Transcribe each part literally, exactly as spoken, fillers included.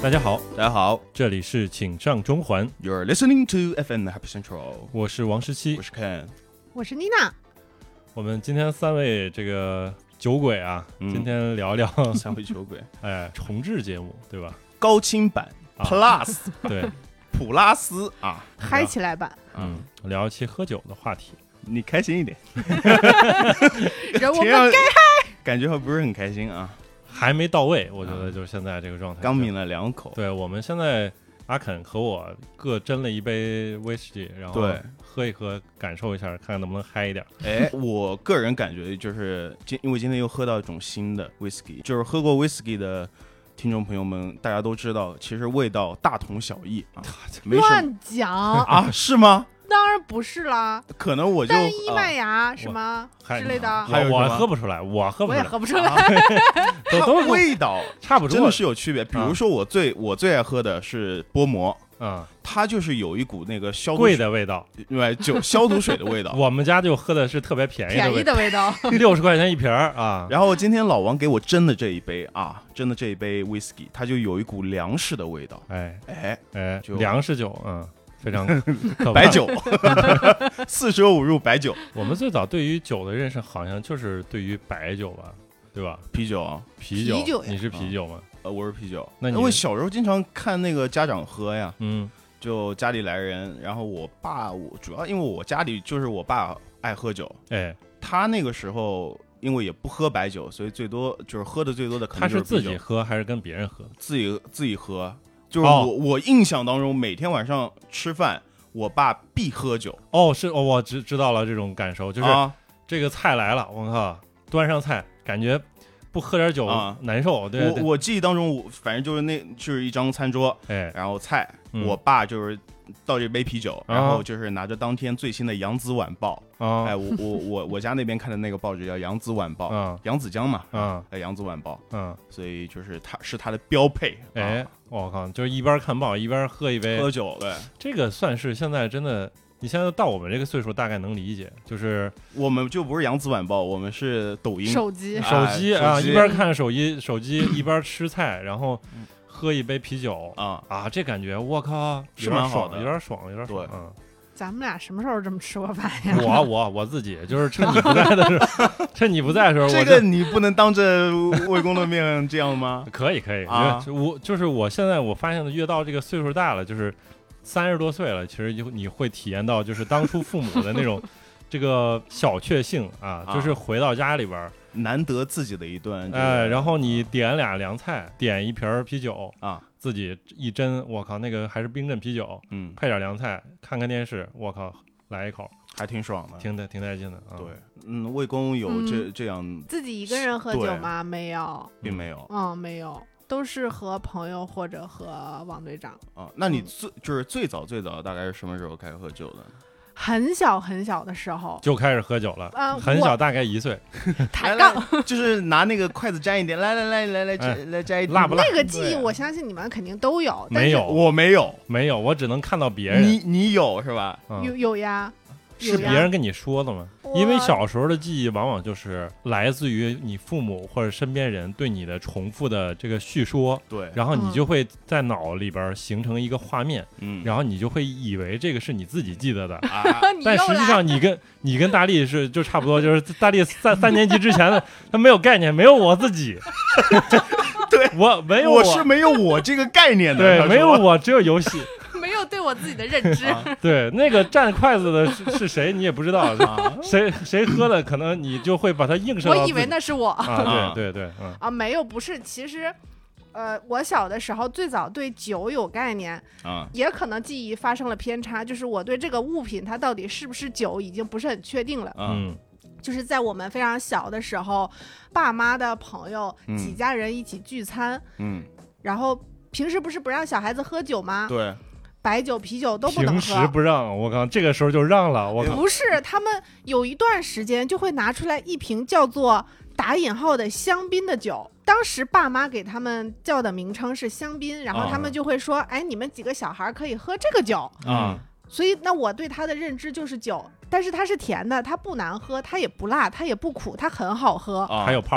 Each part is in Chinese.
大家好， 大家好， 这里是请上中环 You're listening to F M Happy Central， 我是王十七， 我是 Ken， 我是妮娜。 我们今天三位这个酒鬼啊、嗯、今天聊聊三位酒鬼哎，重制节目对吧？ 高清版、啊、Plus 对普拉斯啊， 嗨起来版， 嗯，聊一期喝酒的话题。 你开心一点人我们该嗨， 感觉不是很开心啊， 还没到位，我觉得就是现在这个状态， 刚抿了两口。 对，我们现在阿肯和我各斟了一杯威士忌，然后喝一喝，感受一下，看看能不能嗨一点。 哎，我个人感觉就是今因为今天又喝到一种新的威士忌，就是喝过威士忌的听众朋友们，大家都知道，其实味道大同小异啊。 乱讲啊？是吗？ 当然不是啦， 可能我就单一麦芽什么之类的， 还有我喝不出来，我喝不出来， 我也喝不出来， 都都味道差不多， 真的是有区别。比如说我最我最爱喝的是波摩， 嗯， 它就是有一股那个消毒贵的味道， 对，酒消毒水的味道。 我们家就喝的是特别便宜的便宜的味道， 六十块钱一瓶啊。 然后今天老王给我斟的这一杯啊，斟的这一杯 whisky， 它就有一股粮食的味道。 哎哎哎，粮食酒，嗯。非常白酒，四舍五入白酒。 我们最早对于酒的认识好像就是对于白酒吧，对吧？ 啤酒， 啤酒， 啤酒你是啤酒吗？ 呃，我是啤酒。 那你因为小时候经常看那个家长喝呀， 嗯， 就家里来人，然后我爸，我主要因为我家里就是我爸爱喝酒， 哎， 他那个时候因为也不喝白酒，所以最多就是喝的最多的可能就是他是自己喝还是跟别人喝？ 自己自己喝。就是我、哦、我印象当中，每天晚上吃饭，我爸必喝酒。 哦，是哦，我知知道了这种感受，就是这个菜来了，我靠，端上菜，感觉不喝点酒、啊、难受。对， 我我记忆当中，我反正就是那就是一张餐桌， 哎， 然后菜， 嗯、 我爸就是倒这杯啤酒，然后就是拿着当天最新的《扬子晚报》 啊， 哎，我我我我家那边看的那个报纸叫《扬子晚报》， 啊， 扬子江嘛， 啊， 哎，《扬子晚报》， 嗯， 所以就是它是它的标配， 哎。我靠，就是一边看报一边喝一杯喝酒，对， 这个算是现在真的，你现在到我们这个岁数大概能理解，就是我们就不是扬子晚报，我们是抖音手机手机啊，一边看手机手机一边吃菜，然后喝一杯啤酒啊啊，这感觉我靠是蛮好的， 有点爽，有点爽， 对， 嗯。 咱们俩什么时候这么吃过饭呀？ 我我我自己就是趁你不在的时候，趁你不在的时候， 这个你不能当着魏公的面这样吗？ 可以可以啊， 我就是我现在我发现的，越到这个岁数大了，就是三十多岁了，其实就你会体验到，就是当初父母的那种这个小确幸啊，就是回到家里边。 难得自己的一顿， 哎，然后你点俩凉菜，点一瓶啤酒啊， 自己一斟，我靠，那个还是冰镇啤酒， 嗯， 配点凉菜，看看电视，我靠，来一口， 还挺爽的， 挺挺带劲的。 对，嗯，魏公有这、嗯、这样自己一个人喝酒吗？没有， 并没有， 嗯，没有，都是和朋友或者和王队长。 啊，那你最、嗯、就是最早最早大概是什么时候开始喝酒的？ 很小很小的时候就开始喝酒了， 呃、 很小，大概一岁。 抬杠， 就是拿那个筷子沾一点，来来来来来来、哎、来摘一点， 辣不辣？ 那个记忆我相信你们肯定都有， 没有， 我没有， 没有，我只能看到别人。 你你有是吧？ 嗯、 有有呀。 是别人跟你说的吗？因为小时候的记忆往往就是来自于你父母或者身边人对你的重复的这个叙说， 对， 然后你就会在脑里边形成一个画面， 嗯， 然后你就会以为这个是你自己记得的， 啊、 但实际上你跟你跟大力是就差不多，就是大力三三年级之前的他没有概念，没有我自己， 对， 我没有我， 我是没有我这个概念的， 对，没有我，只有游戏。 没有对我自己的认知， 啊、对那个蘸筷子的是是谁，你也不知道，啊、谁谁喝了，可能你就会把它映射到。 我以为那是我啊，对对对，嗯啊，没有，不是，其实，呃，我小的时候最早对酒有概念， 啊， 也可能记忆发生了偏差，就是我对这个物品它到底是不是酒已经不是很确定了， 嗯。 就是在我们非常小的时候，爸妈的朋友几家人一起聚餐， 嗯， 然后平时不是不让小孩子喝酒吗？ 对。 白酒、啤酒都不能喝。 平时不让，我靠，这个时候就让了，我靠。 不是，他们有一段时间就会拿出来一瓶叫做打引号的香槟的酒，当时爸妈给他们叫的名称是香槟，然后他们就会说，哎，你们几个小孩可以喝这个酒啊。 所以那我对它的认知就是酒，但是它是甜的，它不难喝，它也不辣，它也不苦，它很好喝， 还有泡泡。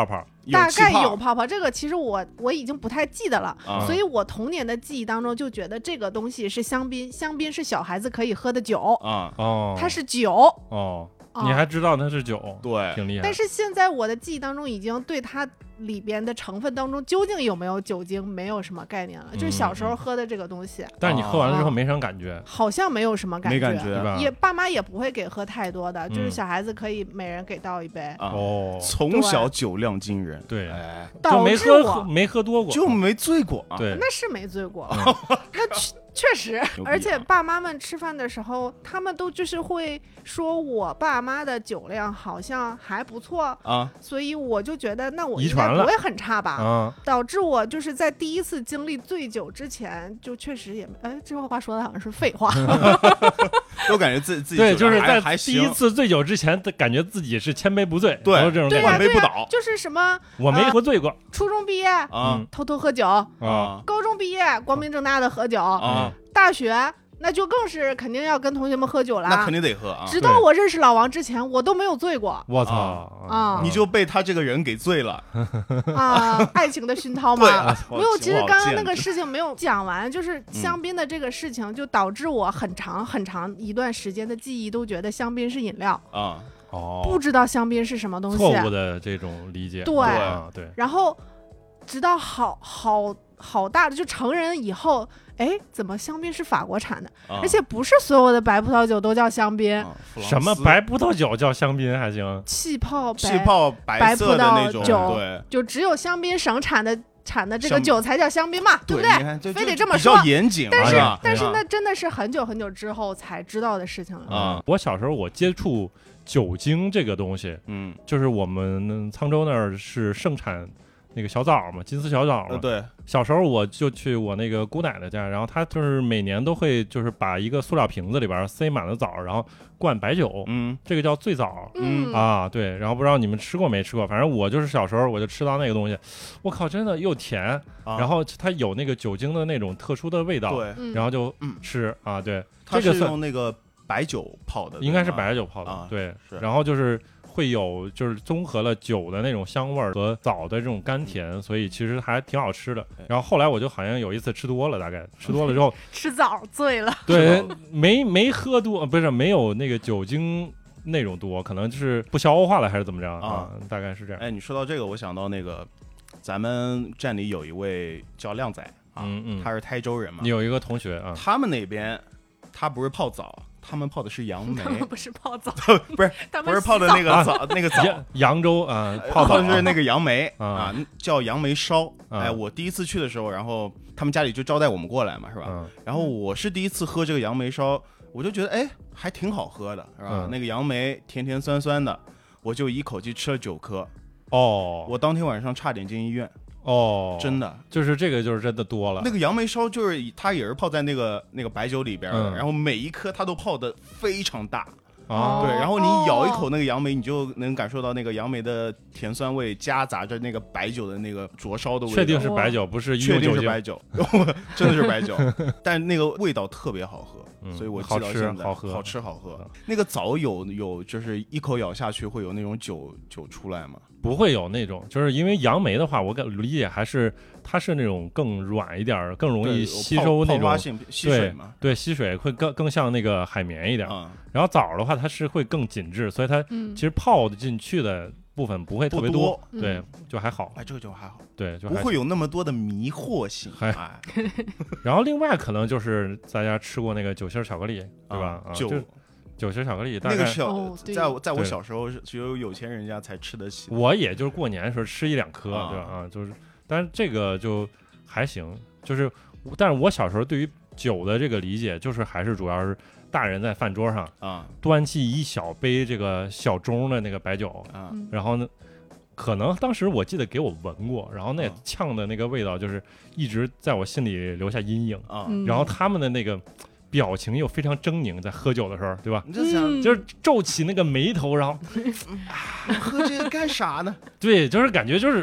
大概有泡泡，这个其实我我已经不太记得了， 啊、 所以我童年的记忆当中就觉得这个东西是香槟，香槟是小孩子可以喝的酒啊， 哦， 它是酒哦。你还知道它是酒， 对， 挺厉害。 但是现在我的记忆当中已经对它里边的成分当中究竟有没有酒精没有什么概念了，嗯、就是小时候喝的这个东西。 但是你喝完了之后没什么感觉， 好像没有什么感觉， 没感觉吧？ 也爸妈也不会给喝太多的， 嗯、 就是小孩子可以每人给倒一杯。 哦， 从小酒量惊人， 对， 哎， 就没喝没喝多过， 就没醉过啊。 对， 那是没醉过，那确实，而且爸妈们吃饭的时候，他们都就是会说我爸妈的酒量好像还不错啊， 所以我就觉得那我遗传了不会很差吧， 啊， 导致我就是在第一次经历醉酒之前，就确实也哎，这话说的好像是废话， 都感觉自己自己对，就是在第一次醉酒之前，感觉自己是千杯不醉， 对， 这种感觉， 万杯不倒， 就是什么我没喝醉过， 呃、初中毕业啊， 偷偷喝酒啊， 高中毕业光明正大的喝酒啊。 大学那就更是肯定要跟同学们喝酒了， 那肯定得喝啊！ 直到我认识老王之前，我都没有醉过。 我操啊！ 你就被他这个人给醉了啊！爱情的熏陶嘛， 啊、 没有。其实刚刚那个事情没有讲完，就是香槟的这个事情，就导致我很长很长一段时间的记忆都觉得香槟是饮料啊， 哦， 不知道香槟是什么东西， 错误的这种理解。 对、 啊、对。 然后直到好好好大的就成人以后。哎，怎么香槟是法国产的？ 啊、 而且不是所有的白葡萄酒都叫香槟。 啊、 什么白葡萄酒叫香槟还行？ 气泡白气泡白色的那种酒， 对， 就只有香槟省产的产的这个酒才叫香槟嘛，对不对？ 非得这么说。 比较严谨， 但是、 啊、 但是那真的是很久很久之后才知道的事情了。 啊、 我小时候我接触酒精这个东西， 嗯， 就是我们沧州那儿是盛产。那个小枣嘛，金丝小枣嘛、 呃。对， 小时候我就去我那个姑奶奶家，然后她就是每年都会就是把一个塑料瓶子里边塞满了枣，然后灌白酒， 嗯， 这个叫醉枣， 嗯啊，对，然后不知道你们吃过没吃过，反正我就是小时候我就吃到那个东西，我靠，真的又甜， 啊、 然后它有那个酒精的那种特殊的味道， 对， 然后就吃、嗯、啊，对， 它这个是用那个白酒泡的， 应该是白酒泡的， 啊、 对， 是然后就是。会有就是综合了酒的那种香味儿和枣的这种甘甜，所以其实还挺好吃的。然后后来我就好像有一次吃多了，大概吃多了之后吃枣醉了。 对，没没喝多，不是没有那个酒精那种多，可能就是不消化了还是怎么着啊？啊大概是这样。 哎，你说到这个，我想到那个咱们站里有一位叫亮仔啊， 嗯嗯， 他是台州人嘛。 你有一个同学啊， 他们那边他不是泡枣。他们泡的是杨梅， 他们不是泡枣， 不是不是泡的那个枣，啊、那个枣， 扬州啊， 泡的是那个杨梅啊， 啊叫杨梅烧。 啊、 哎，我第一次去的时候，然后他们家里就招待我们过来嘛，是吧？ 嗯、 然后我是第一次喝这个杨梅烧，我就觉得哎还挺好喝的，是吧？ 嗯、 那个杨梅甜甜酸酸的，我就一口气吃了九颗。 哦， 我当天晚上差点进医院。 哦， 真的， 就是这个，就是真的多了。 那个杨梅烧就是它也是泡在那个那个白酒里边的， 嗯、 然后每一颗它都泡的非常大啊， 对，然后你咬一口那个杨梅，你就能感受到那个杨梅的甜酸味，夹杂着那个白酒的那个灼烧的味道。 确定是白酒，不是确定是白酒，真的是白酒，但那个味道特别好喝。 嗯、 所以我记到现在好吃好吃好喝。那个枣有有就是一口咬下去会有那种酒酒出来吗？ 不会有那种，就是因为杨梅的话，我理解还是它是那种更软一点，更容易吸收那种吸水嘛， 对对，吸水会更更像那个海绵一点。 嗯、 然后枣的话，它是会更紧致，所以它其实泡进去的部分不会特别多， 多对，就还好。 哎，这个就还好， 对，就不会有那么多的迷惑性。哎， 然后另外可能就是大家吃过那个酒心巧克力，对吧？ 啊，酒。 酒心巧克力，大概那个小， 哦、 在我在我小时候是只有有钱人家才吃得起。 我也就是过年的时候吃一两颗， 啊对吧？啊，就是，但是这个就还行，就是，但是我小时候对于酒的这个理解，就是还是主要是大人在饭桌上啊端起一小杯这个小盅的那个白酒啊， 然后呢，可能当时我记得给我闻过，然后那啊呛的那个味道就是一直在我心里留下阴影啊。 然后他们的那个。表情又非常狰狞，在喝酒的时候，对吧？ 你就想， 就是皱起那个眉头，然后， 啊，喝这个干啥呢？ 对，就是感觉就是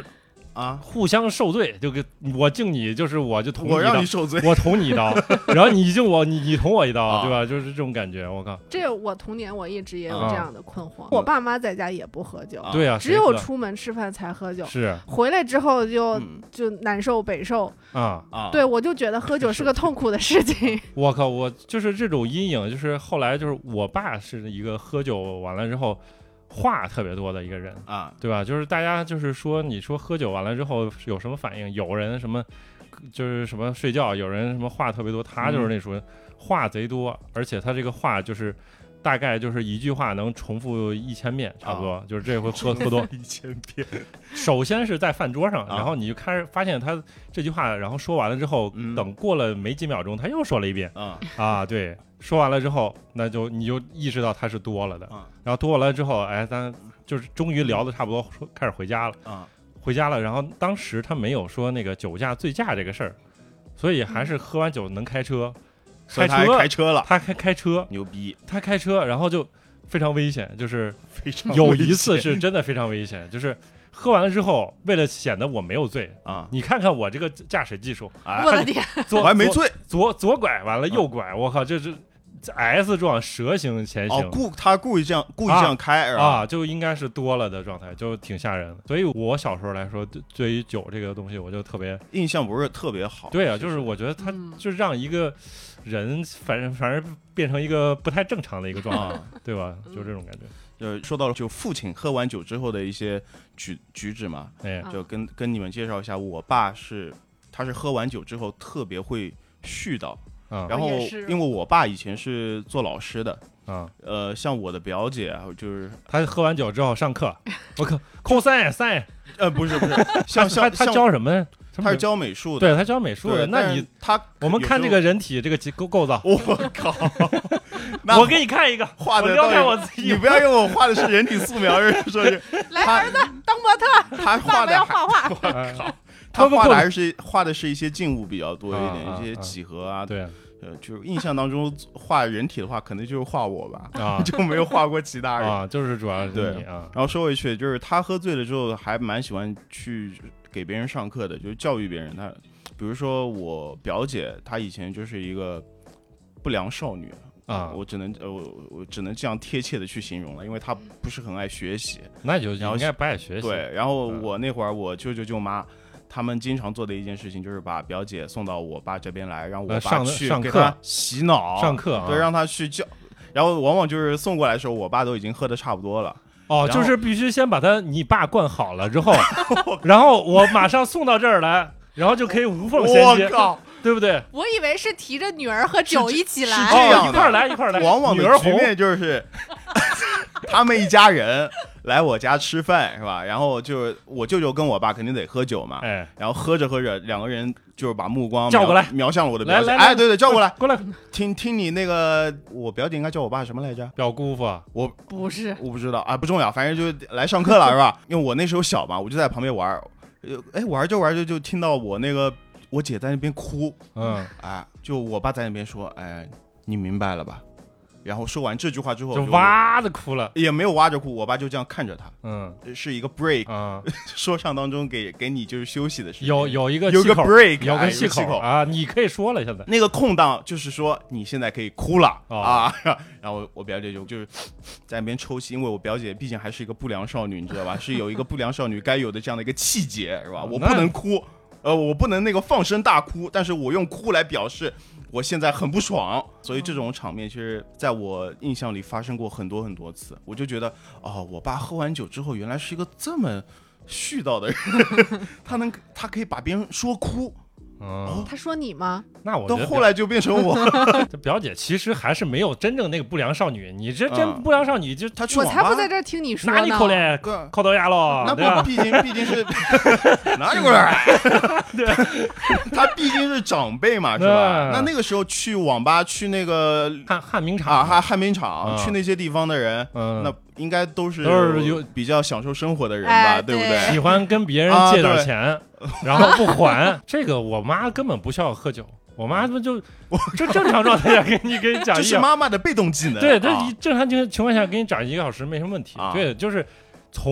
啊， 互相受罪，就跟我敬你，就是我就捅你一刀， 我让你受罪， 我捅你一刀，然后你敬我，你你捅我一刀， 啊对吧？就是这种感觉，我靠。 这我童年我一直也有啊这样的困惑。我爸妈在家也不喝酒， 啊对啊， 只有出门吃饭才喝酒。 是回来之后就、 嗯就南受北受。 啊啊， 对，我就觉得喝酒是个痛苦的事情。 我靠，我就是这种阴影，就是后来就是我爸是一个喝酒完了之后话特别多的一个人， 啊， 对吧？就是大家就是说，你说喝酒完了之后有什么反应？有人什么就是什么睡觉，有人什么话特别多，他就是那种话贼多，而且他这个话就是大概就是一句话能重复一千遍，差不多， 啊、 就是这回喝喝多一千遍。 首先是在饭桌上， 啊、 然后你就开始发现他这句话，然后说完了之后， 嗯、 等过了没几秒钟，他又说了一遍。 啊啊，对，说完了之后，那就你就意识到他是多了的。 啊、 然后多了之后，哎，咱就是终于聊的差不多，说开始回家了。 啊， 回家了。然后当时他没有说那个酒驾醉驾这个事儿，所以还是喝完酒能开车。 所以他还开车了， 他开开车， 牛逼！ 他开车，然后就非常危险，就是非常有一次是真的非常危险，就是喝完了之后，为了显得我没有醉啊， 你看看我这个驾驶技术， 啊、 我的天， 我还没醉， 左左拐完了右拐，我靠，这是 S 状蛇形前行， 哦，故他故意这样故意这样开啊，啊，就应该是多了的状态，就挺吓人的。所以我小时候来说，对于酒这个东西，我就特别印象不是特别好。 对啊，就是我觉得他就让一个人反正反正变成一个不太正常的一个状态，啊、对吧？就这种感觉。 呃，说到了就父亲喝完酒之后的一些举举止嘛， 哎， 就跟跟你们介绍一下，我爸是他是喝完酒之后特别会絮叨。 啊、 然后，因为我爸以前是做老师的， 啊， 呃，像我的表姐啊，就是他喝完酒之后上课，我靠，扣三三， 呃，不是不是，像像他他教什么呢？ 他是教美术的， 对他教美术的。那你他我们看这个人体这个构构造， 我靠， 我给你看一个， 画的要看我自己， 你不要用我画的是人体素描，说是来儿子当模特， 他画的要画画， 我靠。他画的还是画的是一些静物比较多一点， 啊、 一些几何啊， 对， 呃，就是印象当中画人体的话，可能就是画我吧， 啊， 就没有画过其他人啊，就是主要是对你啊。 然后说回去，就是他喝醉了之后，还蛮喜欢去给别人上课的，就是教育别人。他比如说我表姐，她以前就是一个不良少女啊， 我只能呃我我只能这样贴切的去形容了，因为她不是很爱学习， 那就应该不爱学习。 对，然后我那会儿我舅舅舅妈。他们经常做的一件事情就是把表姐送到我爸这边来，让我爸去给他洗脑、 上课， 对，让他去教。然后往往就是送过来的时候，我爸都已经喝的差不多了。 哦，就是必须先把他你爸灌好了之后，然后我马上送到这儿来，然后就可以无缝衔接。 我靠， 对不对？ 我以为是提着女儿和酒一起来， 是这样一块来一块来。 往往的局面就是他们一家人来我家吃饭是吧？然后就是我舅舅跟我爸肯定得喝酒嘛， 哎， 然后喝着喝着，两个人就是把目光叫过来， 瞄向了我的表姐， 来哎，对对，叫过来， 过来， 听听你那个，我表姐应该叫我爸什么来着？ 表姑父， 我不是， 我不知道啊，不重要，反正就来上课了是吧？因为我那时候小嘛，我就在旁边玩，哎，玩着玩着就听到我那个我姐在那边哭， 嗯， 哎，就我爸在那边说，哎，你明白了吧？然后说完这句话之后， 就哇的哭了， 也没有哇着哭，我爸就这样看着他， 嗯， 是一个 break， 啊、 嗯，说唱当中给给你就是休息的时间， 有有一个有个 break， 有个气口, 口啊，你可以说了，现在那个空档就是说你现在可以哭了、 哦、 啊，然后我表姐就就是在那边抽泣，因为我表姐毕竟还是一个不良少女，你知道吧？是有一个不良少女该有的这样的一个气节，是吧？我不能哭，呃，我不能那个放声大哭，但是我用哭来表示。我现在很不爽，所以这种场面其实在我印象里发生过很多很多次。我就觉得，哦，我爸喝完酒之后，原来是一个这么絮叨的人，他能，他可以把别人说哭。 哦， 他说你吗？ 那我到后来就变成我。 这表姐其实还是没有真正那个不良少女，你这真不良少女就她去我才不在这儿听你说呢。 哪里扣嘞？扣到牙了？ 那不毕竟毕竟是哪里过来？对，他毕竟是长辈嘛，是吧？那那个时候去网吧，去那个旱旱冰场啊，旱旱冰场，去那些地方的人，那应该都是都是有比较享受生活的人吧， 哎、 对不对？ 喜欢跟别人借点钱。然后不还，这个我妈根本不需要喝酒，我妈他妈就就正常状态下给你给你讲一， 这是妈妈的被动技能。 对，这正常情情况下给你讲一个小时没什么问题。 啊、 对，就是从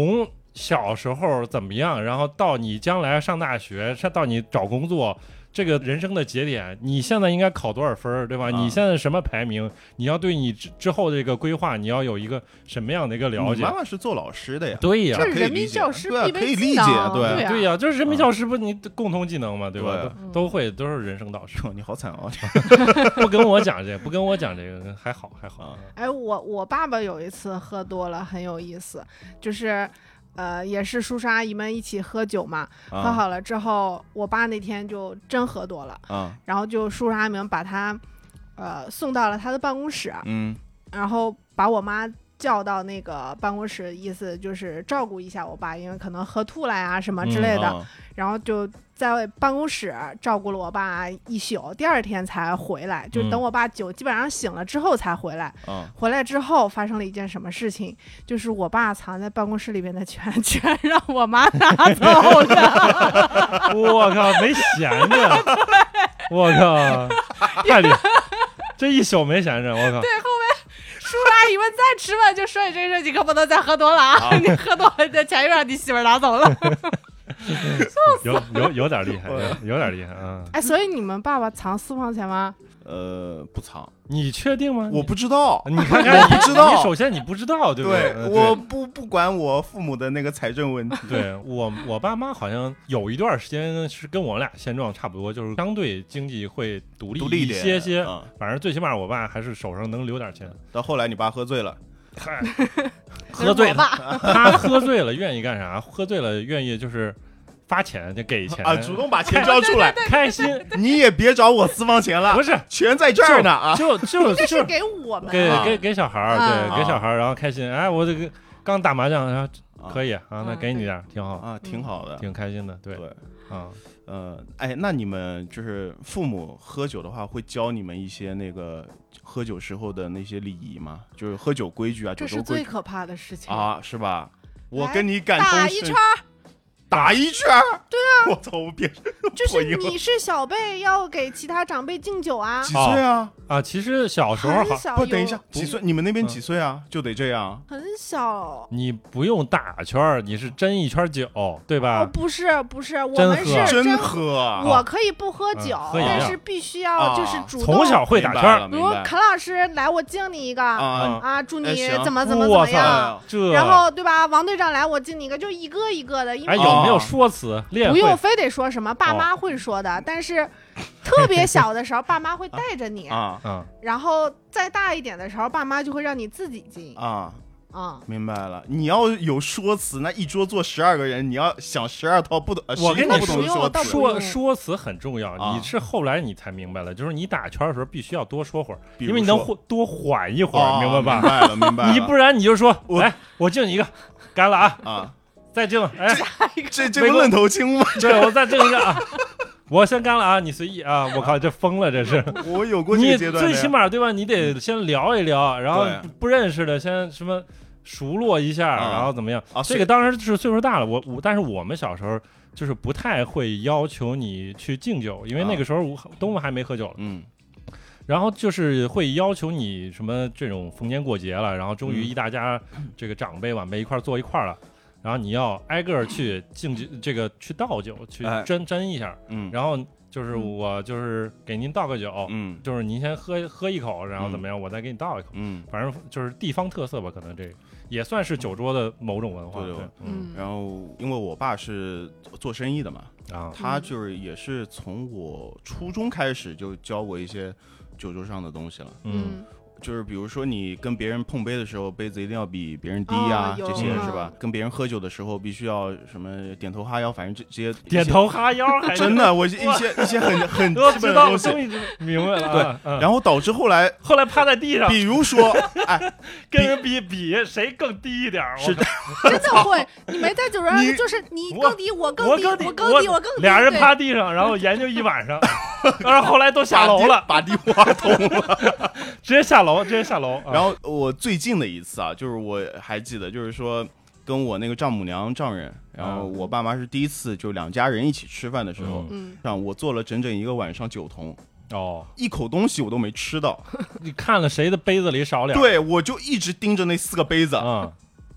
小时候怎么样，然后到你将来上大学，到你找工作。这个人生的节点，你现在应该考多少分，对吧？啊、你现在什么排名？你要对你之之后这个规划，你要有一个什么样的一个了解？ 妈妈是做老师的呀， 对呀， 这是人民教师必备技能， 对对对呀，就是人民教师不你共同技能嘛，对吧？ 对都都会都是人生导师。 你好惨啊！ 不跟我讲这个，不跟我讲这个，还好还好。 哎，我我爸爸有一次喝多了，很有意思，就是。呃，也是叔叔阿姨们一起喝酒嘛，啊、喝好了之后，我爸那天就真喝多了，啊、然后就叔叔阿姨们把他，呃，送到了他的办公室，嗯，然后把我妈叫到那个办公室，意思就是照顾一下我爸，因为可能喝吐了呀什么之类的，嗯啊、然后就在办公室照顾了我爸一宿，第二天才回来，就等我爸酒基本上醒了之后才回来。嗯、回来之后发生了一件什么事情，就是我爸藏在办公室里面的钱全让我妈拿走了。 我靠，没闲着！我靠，太厉害！这一宿没闲着，我靠。 对，后面。叔叔阿姨们再吃饭就说你这个事，你可不能再喝多了啊！啊你喝多了，这钱又让你媳妇拿走了。 有有有点厉害，有有点厉害啊！ 哎，所以你们爸爸藏私房钱吗？ 呃，不藏。 你确定吗？ 我不知道。 你看看， 我不知道。 你首先你不知道，对不对？ 对，我不不管我父母的那个财政问题。 对我，我爸妈好像有一段时间是跟我俩现状差不多，就是相对经济会独立一些些。嗯、反正最起码我爸还是手上能留点钱。 到后来你爸喝醉了。 嗨，喝醉了，他喝醉了愿意干啥？喝醉了愿意就是发钱，就给钱啊，主动把钱交出来， 开心。 你也别找我私房钱了， 不是， 钱在这儿呢啊， 就就这是给我们， 给给给小孩儿，对，给小孩儿，然后开心。哎，我这个刚打麻将，然后可以啊，那给你点，挺好啊，挺好的， 挺开心的，对对啊。 呃，哎，那你们就是父母喝酒的话，会教你们一些那个喝酒时候的那些礼仪吗？就是喝酒规矩啊， 这是最可怕的事情啊，是吧？我跟你感同身打一圈。 打一圈， 对啊， 我操，我变就是你是小辈，要给其他长辈敬酒啊。 几岁啊？ 啊，其实小时候好， 不，等一下，几岁？你们那边几岁啊？就得这样？ 很小。 你不用打圈，你是斟一圈酒，对吧？ 哦，不是，不是，我们是真喝。 我可以不喝酒，但是必须要就是主动。 从小会打圈， 比如肯老师来，我敬你一个啊，祝你怎么怎么怎么样。 这， 然后对吧？王队长来，我敬你一个，就一个一个的，因为有没有说辞？ 不用非得说什么，爸妈会说的，但是特别小的时候，爸妈会带着你啊，然后再大一点的时候，爸妈就会让你自己敬啊啊，明白了。你要有说辞，那一桌坐十二个人，你要想十二套不懂， 我跟你说说说辞很重要。你是后来你才明白了，就是你打圈的时候必须要多说会儿，因为你能多缓一会儿，明白吧？ 明白了，明白了。 你不然你就说，来，我敬你一个，干了啊啊。 再敬，哎， 这这不愣头青吗？ 对，我再敬一个啊！我先干了啊，你随意啊！我靠，这疯了，这是。 我有过这个阶段。 你最起码对吧？你得先聊一聊，然后不认识的先什么熟络一下，然后怎么样？ 啊， 这个当然是岁数大了，我我，但是我们小时候就是不太会要求你去敬酒，因为那个时候东方还没喝酒了。 嗯。 然后就是会要求你什么这种逢年过节了，然后终于一大家这个长辈晚辈一块坐一块了。然后你要挨个去敬这个去倒酒，去斟斟一下， 嗯， 然后就是我就是给您倒个酒， 嗯， 就是您先喝喝一口，然后怎么样， 嗯、 我再给你倒一口， 嗯， 反正就是地方特色吧，可能这个也算是酒桌的某种文化， 对， 对嗯。 然后因为我爸是做生意的嘛， 啊， 他就是也是从我初中开始就教我一些酒桌上的东西了， 嗯。 就是比如说你跟别人碰杯的时候，杯子一定要比别人低呀、啊， 哦、 这些是吧？跟别人喝酒的时候，必须要什么点头哈腰，反正这些点头哈腰还真的，我一些一些很很基本的东西， 终于明白了。 对， 嗯、 然后导致后来后来趴在地上， 比如说，哎， 跟人比比谁更低一点， 是的，真的会。你没在酒桌上，就是你更低，我更低，我更低，我更低， 俩人趴地上，然后研究一晚上，然后后来都下楼了， 把地挖通了， 直接下楼，直接下楼。 然后我最近的一次啊，就是我还记得，就是说跟我那个丈母娘丈人，然后我爸妈是第一次就两家人一起吃饭的时候， 嗯， 让我做了整整一个晚上酒童， 哦， 一口东西我都没吃到。 你看了谁的杯子里少点？ 对，我就一直盯着那四个杯子， 嗯，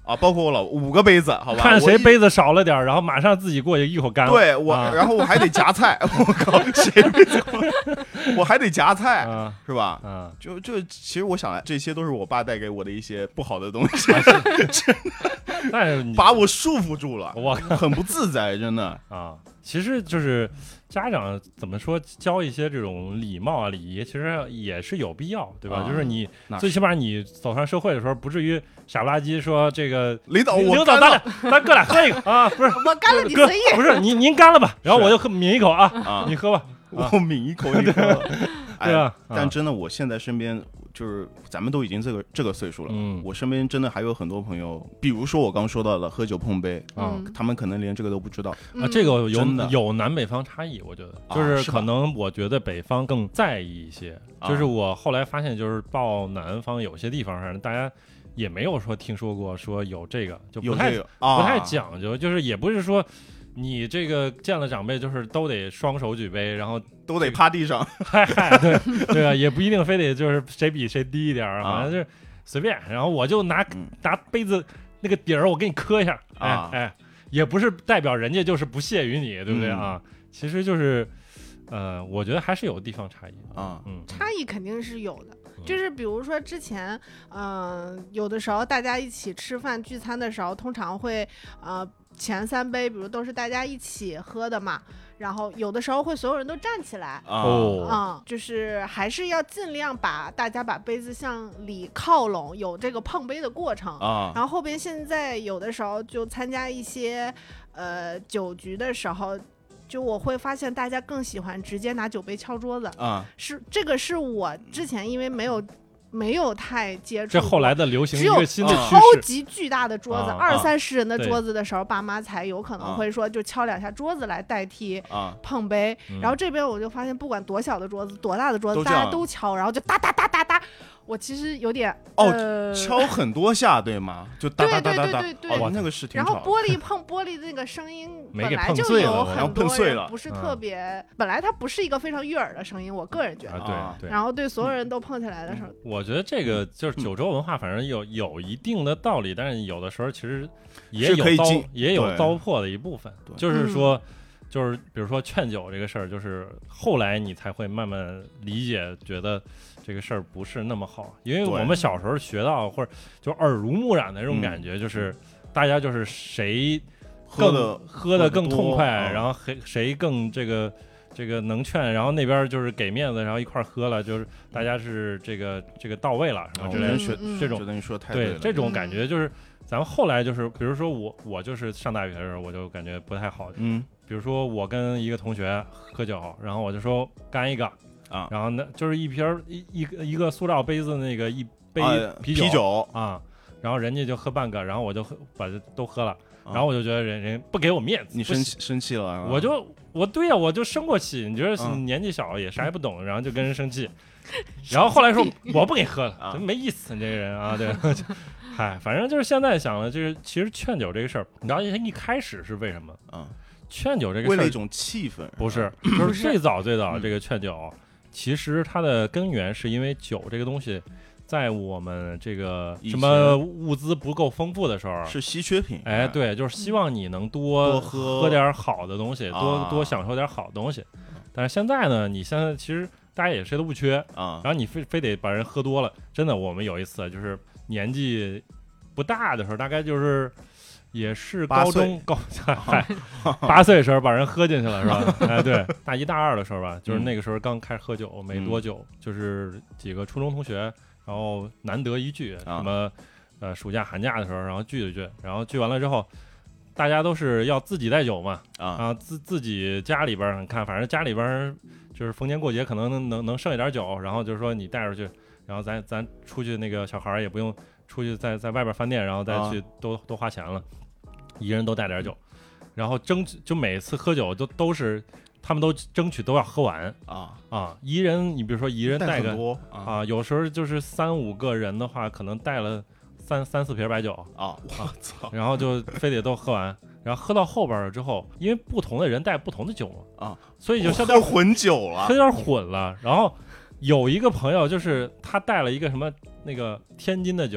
啊，包括我老五个杯子，好吧， 看谁杯子少了点，然后马上自己过去一口干了。 对我， 啊、 然后我还得夹菜，我靠，谁杯子我还得夹菜， 啊、 是吧？ 啊， 就就其实我想来，这些都是我爸带给我的一些不好的东西， 但是你把我束缚住了， 我很不自在，真的啊。其实就是家长怎么说，教一些这种礼貌啊、礼仪，其实也是有必要，对吧？ 啊、 就是你是最起码你走上社会的时候，不至于傻不拉几说这个领导， 领导咱俩咱哥俩喝一个啊，不是我干了你哥随意， 不是您您干了吧，然后我就喝抿一口啊， 啊你喝吧， 我抿一口一口， 对吧？ 但真的，我现在身边就是咱们都已经这个这个岁数了， 嗯， 我身边真的还有很多朋友，比如说我刚说到的喝酒碰杯啊， 他们可能连这个都不知道啊，这个有真的有南北方差异，我觉得就是可能我觉得北方更在意一些，就是我后来发现，就是到南方有些地方上，大家也没有说听说过说有这个，就不太不太讲究，就是也不是说。你这个见了长辈，就是都得双手举杯，然后都得趴地上， 嗨嗨，对对啊，也不一定非得就是谁比谁低一点儿，好像就是随便。然后我就拿拿杯子那个底儿，我给你磕一下，哎哎，也不是代表人家就是不屑于你，对不对啊？其实就是，呃，我觉得还是有地方差异啊， 嗯， 差异肯定是有的。就是比如说之前，嗯、呃，有的时候大家一起吃饭聚餐的时候，通常会呃前三杯，比如都是大家一起喝的嘛，然后有的时候会所有人都站起来， 哦， 嗯，就是还是要尽量把大家把杯子向里靠拢，有这个碰杯的过程啊。 然后后边现在有的时候就参加一些呃酒局的时候。就我会发现大家更喜欢直接拿酒杯敲桌子啊， 是这个是我之前因为没有没有太接触， 这后来的流行一个新的趋势， 超级巨大的桌子， 啊、 二三十人的桌子的时候，爸妈才有可能会说就敲两下桌子来代替碰杯。 啊、 然后这边我就发现，不管多小的桌子，多大的桌子，大家都敲，然后就哒哒哒哒哒。我其实有点哦、 呃， 敲很多下对吗？就哒哒哒哒哒， 对对对对哦，那个是挺然后玻璃碰玻璃的那个声音本来就有很多人不是特别， 嗯、 本来它不是一个非常悦耳的声音，我个人觉得。 啊、对对。 然后对所有人都碰起来的时候， 我觉得这个就是九州文化，反正有有一定的道理，但是有的时候其实也有糟也有糟粕的一部分，就是说。就是比如说劝酒这个事儿，就是后来你才会慢慢理解，觉得这个事儿不是那么好，因为我们小时候学到或者就耳濡目染的这种感觉，就是大家就是谁喝的喝的更痛快，然后谁谁更这个这个能劝，然后那边就是给面子，然后一块喝了，就是大家是这个这个到位了什么之类的， 嗯、 这种觉得你说太对了， 对这种感觉就是咱们后来就是比如说我我就是上大学的时候我就感觉不太好， 嗯。 比如说我跟一个同学喝酒，然后我就说干一个啊， 然后呢就是一瓶一一个一个塑料杯子那个一杯啤酒、 啊、啤酒啊，然后人家就喝半个，然后我就喝把这都喝了，啊、然后我就觉得人人不给我面子， 你生气生气了， 我就我对呀、啊，我就生过气，你觉得年纪小也啥也不懂，然后就跟人生气，然后后来说我不给你喝了， 啊、 没意思，你这个人啊，对。嗨，反正就是现在想了，就是其实劝酒这个事儿，你知道一开始是为什么啊？ 劝酒这个事儿为了一种气氛， 不是，就是最早最早这个劝酒，其实它的根源是因为酒这个东西，在我们这个什么物资不够丰富的时候是稀缺品。 哎，对，就是希望你能多多喝喝点好的东西， 啊、 多多享受点好东西。但是现在呢，你现在其实大家也谁都不缺啊， 然后你非非得把人喝多了，真的，我们有一次就是年纪不大的时候，大概就是。也是高中高嗨八岁的时候把人喝进去了是吧？哎，对，大一大二的时候吧，就是那个时候刚开始喝酒没多久， 嗯、 就是几个初中同学，然后难得一聚， 啊、 什么呃暑假寒假的时候，然后聚一聚，然后聚完了之后，大家都是要自己带酒嘛， 啊， 然后自自己家里边你看，反正家里边就是逢年过节可能能能能剩一点酒，然后就是说你带出去，然后咱咱出去那个小孩也不用出去在在外边饭店，然后再去都、啊、都花钱了。一人都带点酒，然后争取就每次喝酒都都是他们都争取都要喝完啊啊！一人你比如说一人带个多 啊, 啊，有时候就是三五个人的话，可能带了三三四瓶白酒啊，我操！ 然后就非得都喝完，然后喝到后边了之后，因为不同的人带不同的酒嘛啊， 所以就相当喝混酒了， 有点混了。然后有一个朋友就是他带了一个什么那个天津的酒。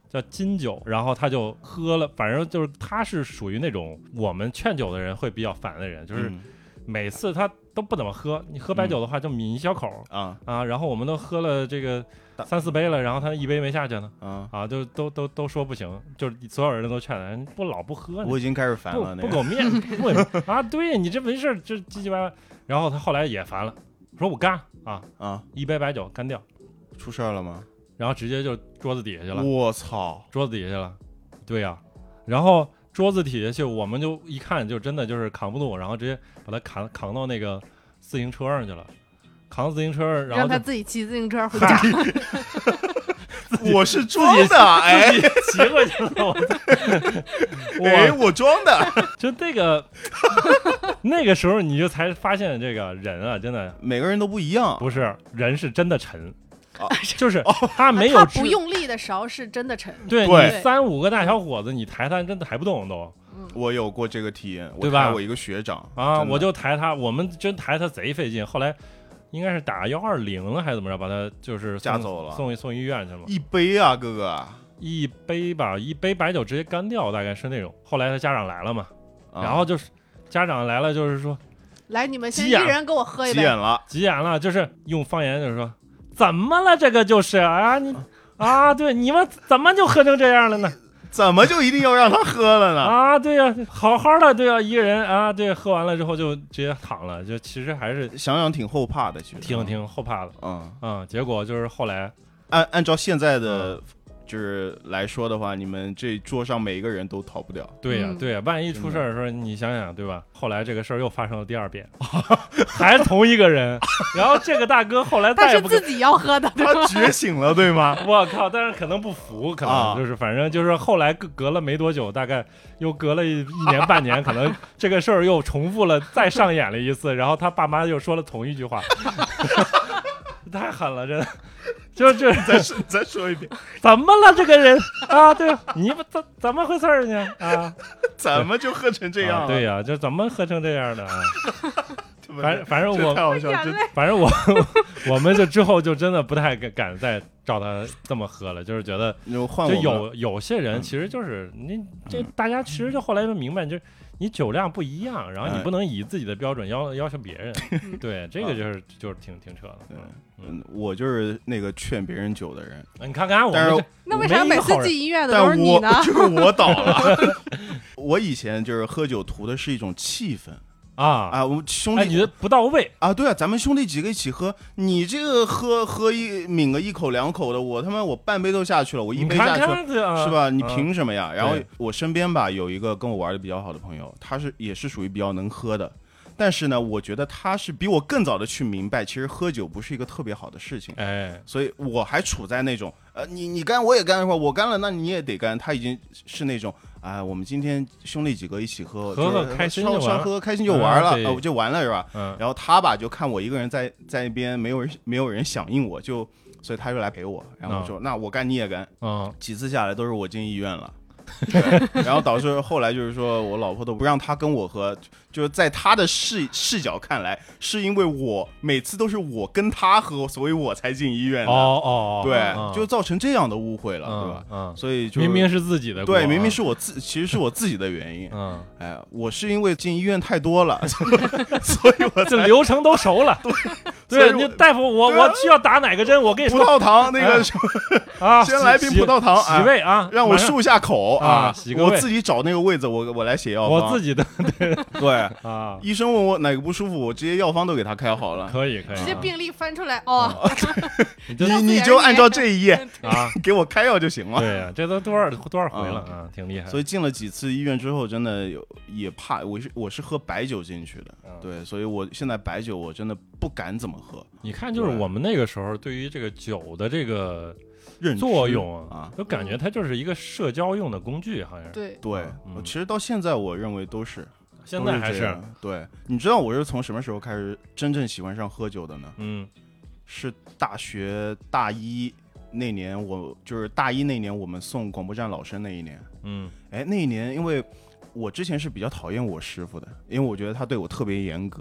叫金酒，然后他就喝了，反正就是他是属于那种我们劝酒的人会比较烦的人，就是每次他都不怎么喝，你喝白酒的话就抿一小口啊、嗯、啊，然后我们都喝了这个三四杯了，然后他一杯没下去呢，啊啊，就都都都说不行，就是所有人都劝他，你不老不喝呢， 我已经开始烦了， 不不给我面子，不啊，对你这没事这唧唧歪歪，然后他后来也烦了，说我干啊啊，一杯白酒干掉， 出事了吗？ 然后直接就桌子底下去了， 我操， 桌子底下去了，对呀、啊，然后桌子底下去，我们就一看就真的就是扛不住，然后直接把他扛扛到那个自行车上去了，扛自行车，然后让他自己骑自行车回家。 我是装的，哎， 骑过去了，我哎，我装的， 就这个那个时候你就才发现这个人啊，真的每个人都不一样， 不是人是真的沉。啊、就是他没有他不用力的勺是真的沉， 对你三五个大小伙子，你抬他真的抬不动都。 我有过这个体验， 对吧？ 我一个学长啊，我就抬他，我们真抬他贼费劲。后来应该是打幺二零了还是怎么着，把他就是架走了， 送送医院去了。 一杯啊，哥哥， 一杯吧，一杯白酒直接干掉，大概是那种。后来他家长来了嘛，啊、然后就是家长来了，就是说， 来你们先一人给我喝一杯。 急眼了， 急眼了，就是用方言就是说。怎么了？这个就是啊，你啊，对，你们怎么就喝成这样了呢？ 怎么就一定要让他喝了呢？ 啊，对呀、啊，好好的，对啊，一个人啊，对，喝完了之后就直接躺了，就其实还是想想挺后怕的，其实挺挺后怕的， 嗯嗯，结果就是后来按按照现在的。嗯就是来说的话，你们这桌上每一个人都逃不掉。 对呀、啊，对呀、啊，万一出事儿的时候，你想想，对吧？后来这个事儿又发生了第二遍，还是同一个人。然后这个大哥后来再也不他是自己要喝的， 他觉醒了，对吗？ 我靠！但是可能不服，可能就是反正就是后来隔隔了没多久，大概又隔了一年半年，可能这个事儿又重复了，再上演了一次。然后他爸妈又说了同一句话，太狠了，真的。就这再说再说一遍， 怎么了这个人啊？对，你们怎怎么回事呢？啊， 怎么就喝成这样、啊啊？对呀、啊，就怎么喝成这样的啊？反反正我太好笑， 反正我我们就之后就真的不太敢再照他这么喝了，就是觉得就有有些人其实就是你这大家其实就后来就明白，就是你酒量不一样，然后你不能以自己的标准要要求别人，对，这个就是就是挺挺扯的。 嗯，我就是那个劝别人酒的人。 你看看我们这， 那为啥每次进医院的都是你呢？ 就是我倒了。我以前就是喝酒图的是一种气氛。 啊啊！我兄弟， 哎、你的不到位啊！对啊，咱们兄弟几个一起喝，你这个喝喝一抿个一口两口的，我他妈我半杯都下去了，我一杯下去了， 看看啊、 是吧？你凭什么呀？啊、然后我身边吧有一个跟我玩的比较好的朋友，他是也是属于比较能喝的，但是呢，我觉得他是比我更早的去明白，其实喝酒不是一个特别好的事情， 哎， 所以我还处在那种呃，你你干我也干，我干了那你也得干，他已经是那种。啊，我们今天兄弟几个一起喝， 喝喝开心就完了， 喝喝开心就完了， 嗯、 呃，就完了是吧？ 嗯。 然后他吧，就看我一个人在在那边，没有人没有人响应我，就所以他就来陪我，然后我说、嗯、那我干你也干， 嗯， 几次下来都是我进医院了。然后导致后来就是说我老婆都不让他跟我喝，就是在他的视视角看来，是因为我每次都是我跟他喝，所以我才进医院的。 哦哦， 对， 哦、 就造成这样的误会了， 嗯、 对吧？ 嗯， 所以就明明是自己的锅， 对，明明是我自，其实是我自己的原因。 嗯， 哎，我是因为进医院太多了，所以我这流程都熟了。对，对，你大夫，我我需要打哪个针？我跟你说， 葡萄糖那个啊， 先来瓶葡萄糖， 洗胃啊， 让我漱下口啊，洗个胃。 我自己找那个位置，我我来写药方。 我自己的，对对啊。 医生问我哪个不舒服，我直接药方都给他开好了。 可以可以， 直接病历翻出来哦。 你你就按照这一页啊， 给我开药就行了。 对呀，这都多少多少回了啊，挺厉害。 所以进了几次医院之后，真的有也怕。我是我是喝白酒进去的，对，所以我现在白酒我真的不敢怎么喝。 你看，就是我们那个时候对于这个酒的这个认作用啊， 就感觉它就是一个社交用的工具，好像是。 对对，嗯、其实到现在我认为都是， 现在还是。 对，你知道我是从什么时候开始真正喜欢上喝酒的呢？ 嗯， 是大学大一那年，我就是大一那年我们送广播站老生那一年。 嗯， 哎，那一年因为我之前是比较讨厌我师傅的，因为我觉得他对我特别严格。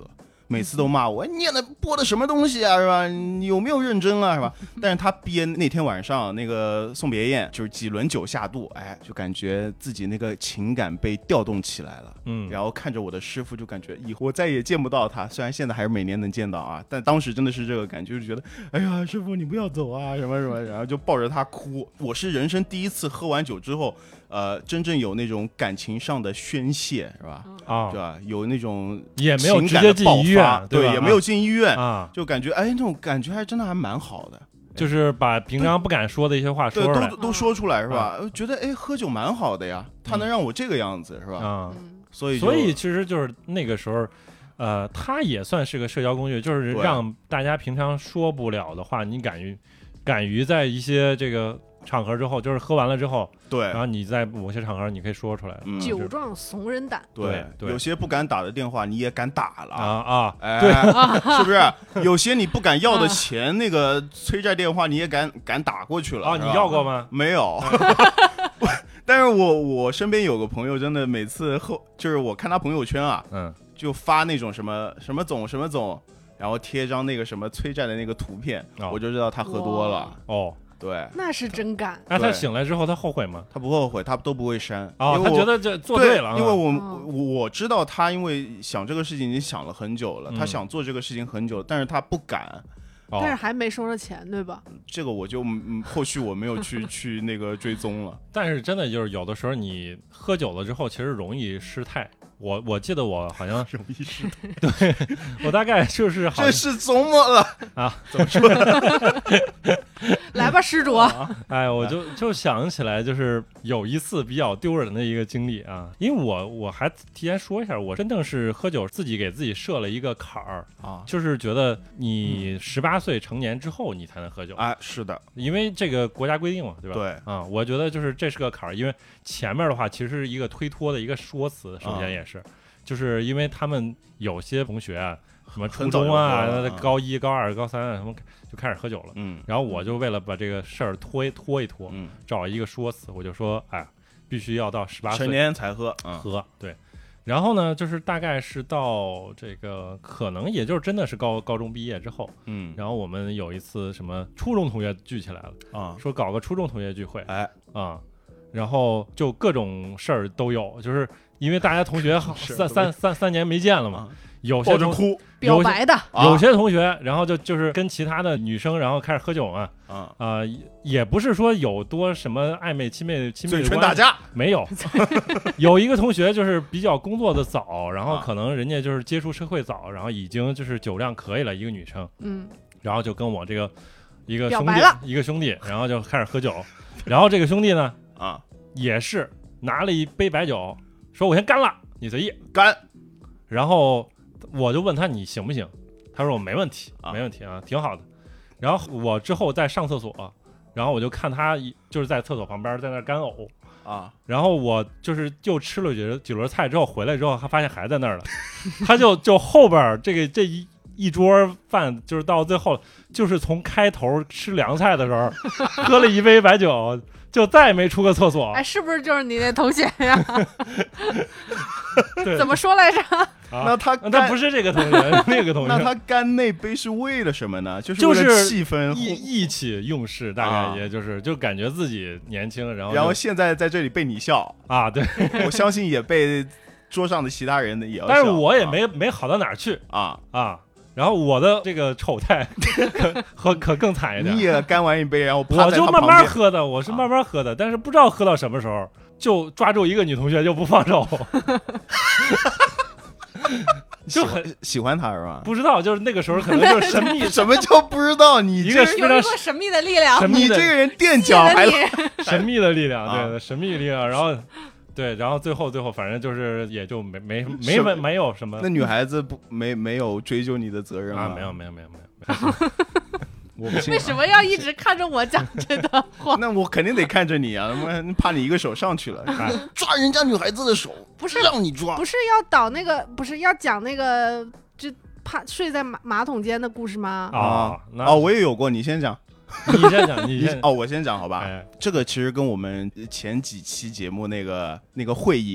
每次都骂我念的播的什么东西啊，是吧？你有没有认真啊，是吧？但是他憋那天晚上那个送别宴，就是几轮酒下肚，哎，就感觉自己那个情感被调动起来了。嗯，然后看着我的师傅，就感觉以后我再也见不到他。虽然现在还是每年能见到啊，但当时真的是这个感觉，就觉得，哎呀，师傅你不要走啊，什么什么，然后就抱着他哭。我是人生第一次喝完酒之后，呃，真正有那种感情上的宣泄，是吧？啊，对吧？有那种也没有直接进医院， 对，也没有进医院啊， 就感觉哎，那种感觉还真的还蛮好的。 就是把平常不敢说的一些话说出来， 都都说出来是吧？啊、觉得哎，喝酒蛮好的呀，他能让我这个样子是吧？啊、嗯，所以所以其实就是那个时候，呃，它也算是个社交工具，就是让大家平常说不了的话，你敢于敢于在一些这个场合之后，就是喝完了之后， 对， 然后你在某些场合你可以说出来， 嗯、酒壮怂人胆， 对对， 有些不敢打的电话你也敢打了啊啊， 哎、 对， 是不是？有些你不敢要的钱，那个催债电话你也敢敢打过去了啊？你要过吗？ 没有。但是我我身边有个朋友，真的每次后就是我看他朋友圈啊，嗯，就发那种什么什么总什么总，然后贴张那个什么催债的那个图片，哦、我就知道他喝多了哦。对， 那是真敢。 那他醒来之后，他后悔吗？ 他不后悔，他都不会删。 哦，他觉得这做对了。 因为我、 哦、 我知道他，因为想这个事情已经想了很久了，嗯、他想做这个事情很久，但是他不敢。 但是还没收着钱，对吧？ 这个我就、嗯、后续我没有去去那个追踪了。 但是真的就是有的时候你喝酒了之后，其实容易失态。我我记得我好像容易失态， 对我大概就是好这是怎么了啊？怎么说？ 来吧，施主。 哎，我就就想起来，就是有一次比较丢人的一个经历啊，因为我我还提前说一下，我真正是喝酒自己给自己设了一个坎儿啊，就是觉得你十八岁成年之后你才能喝酒。 哎，是的， 因为这个国家规定嘛，对吧？ 对啊，我觉得就是这是个坎儿，因为前面的话其实是一个推脱的一个说辞，首先也是。啊就是因为他们有些同学啊，什么初中啊、高一、高二、高三啊，他们就开始喝酒了。嗯，然后我就为了把这个事儿拖一拖一拖，嗯，找一个说辞，我就说，哎，必须要到十八岁成年才喝，嗯、 喝。对，然后呢，就是大概是到这个可能也就是真的是高高中毕业之后，嗯，然后我们有一次什么初中同学聚起来了啊，说搞个初中同学聚会，哎啊，然后就各种事儿都有，就是。因为大家同学三三三三年没见了嘛，有些同哭表白的， 有些同学，然后就就是跟其他的女生，然后开始喝酒嘛，啊啊、呃，也不是说有多什么暧昧亲密亲密的关系， 打架没有。有一个同学就是比较工作的早，然后可能人家就是接触社会早，然后已经就是酒量可以了，一个女生，嗯，然后就跟我这个一个兄弟一个兄弟，然后就开始喝酒，然后这个兄弟呢，啊，也是拿了一杯白酒。说我先干了，你随意干， 然后我就问他你行不行？他说我没问题，啊、没问题啊，挺好的。然后我之后再上厕所，然后我就看他就是在厕所旁边在那干呕啊。然后我就是又吃了几几轮菜之后回来之后，他发现还在那儿了，他就就后边这个这一一桌饭就是到最后就是从开头吃凉菜的时候喝了一杯白酒。就再也没出过厕所。 哎，是不是就是你那同学呀？怎么说来着？ 啊、那他那不是这个同学，那个同学。 那他干那杯是为了什么呢？就是为了气氛， 意意气用事，大概也就是、啊、就感觉自己年轻，然后然后现在在这里被你笑啊，对， 我相信也被桌上的其他人的也要笑， 但是我也没、啊、没好到哪儿去啊啊。然后我的这个丑态可和可更惨一点， 你也干完一杯，然后我就慢慢喝的，我是慢慢喝的，啊、但是不知道喝到什么时候，就抓住一个女同学就不放手，就很喜欢她是吧？ 不知道，就是那个时候可能就是神秘， 什么叫不知道？你一个有一个神秘的力量， 你这个人垫脚还神秘的力量，对，神秘力量，然后。对，然后最后最后反正就是也就没没没没没有什么。 那女孩子不没没有追究你的责任啊？没有没有没有没有。 我不信、啊。 为什么要一直看着我讲这段话？ 那我肯定得看着你啊！怕你一个手上去了，抓人家女孩子的手， 不是让你抓， 不是要导那个，不是要讲那个就怕睡在马马桶间的故事吗？ 啊哦，我也有过，你先讲。 你先讲，你先哦，我先讲好吧、哎。这个其实跟我们前几期节目那个那个会议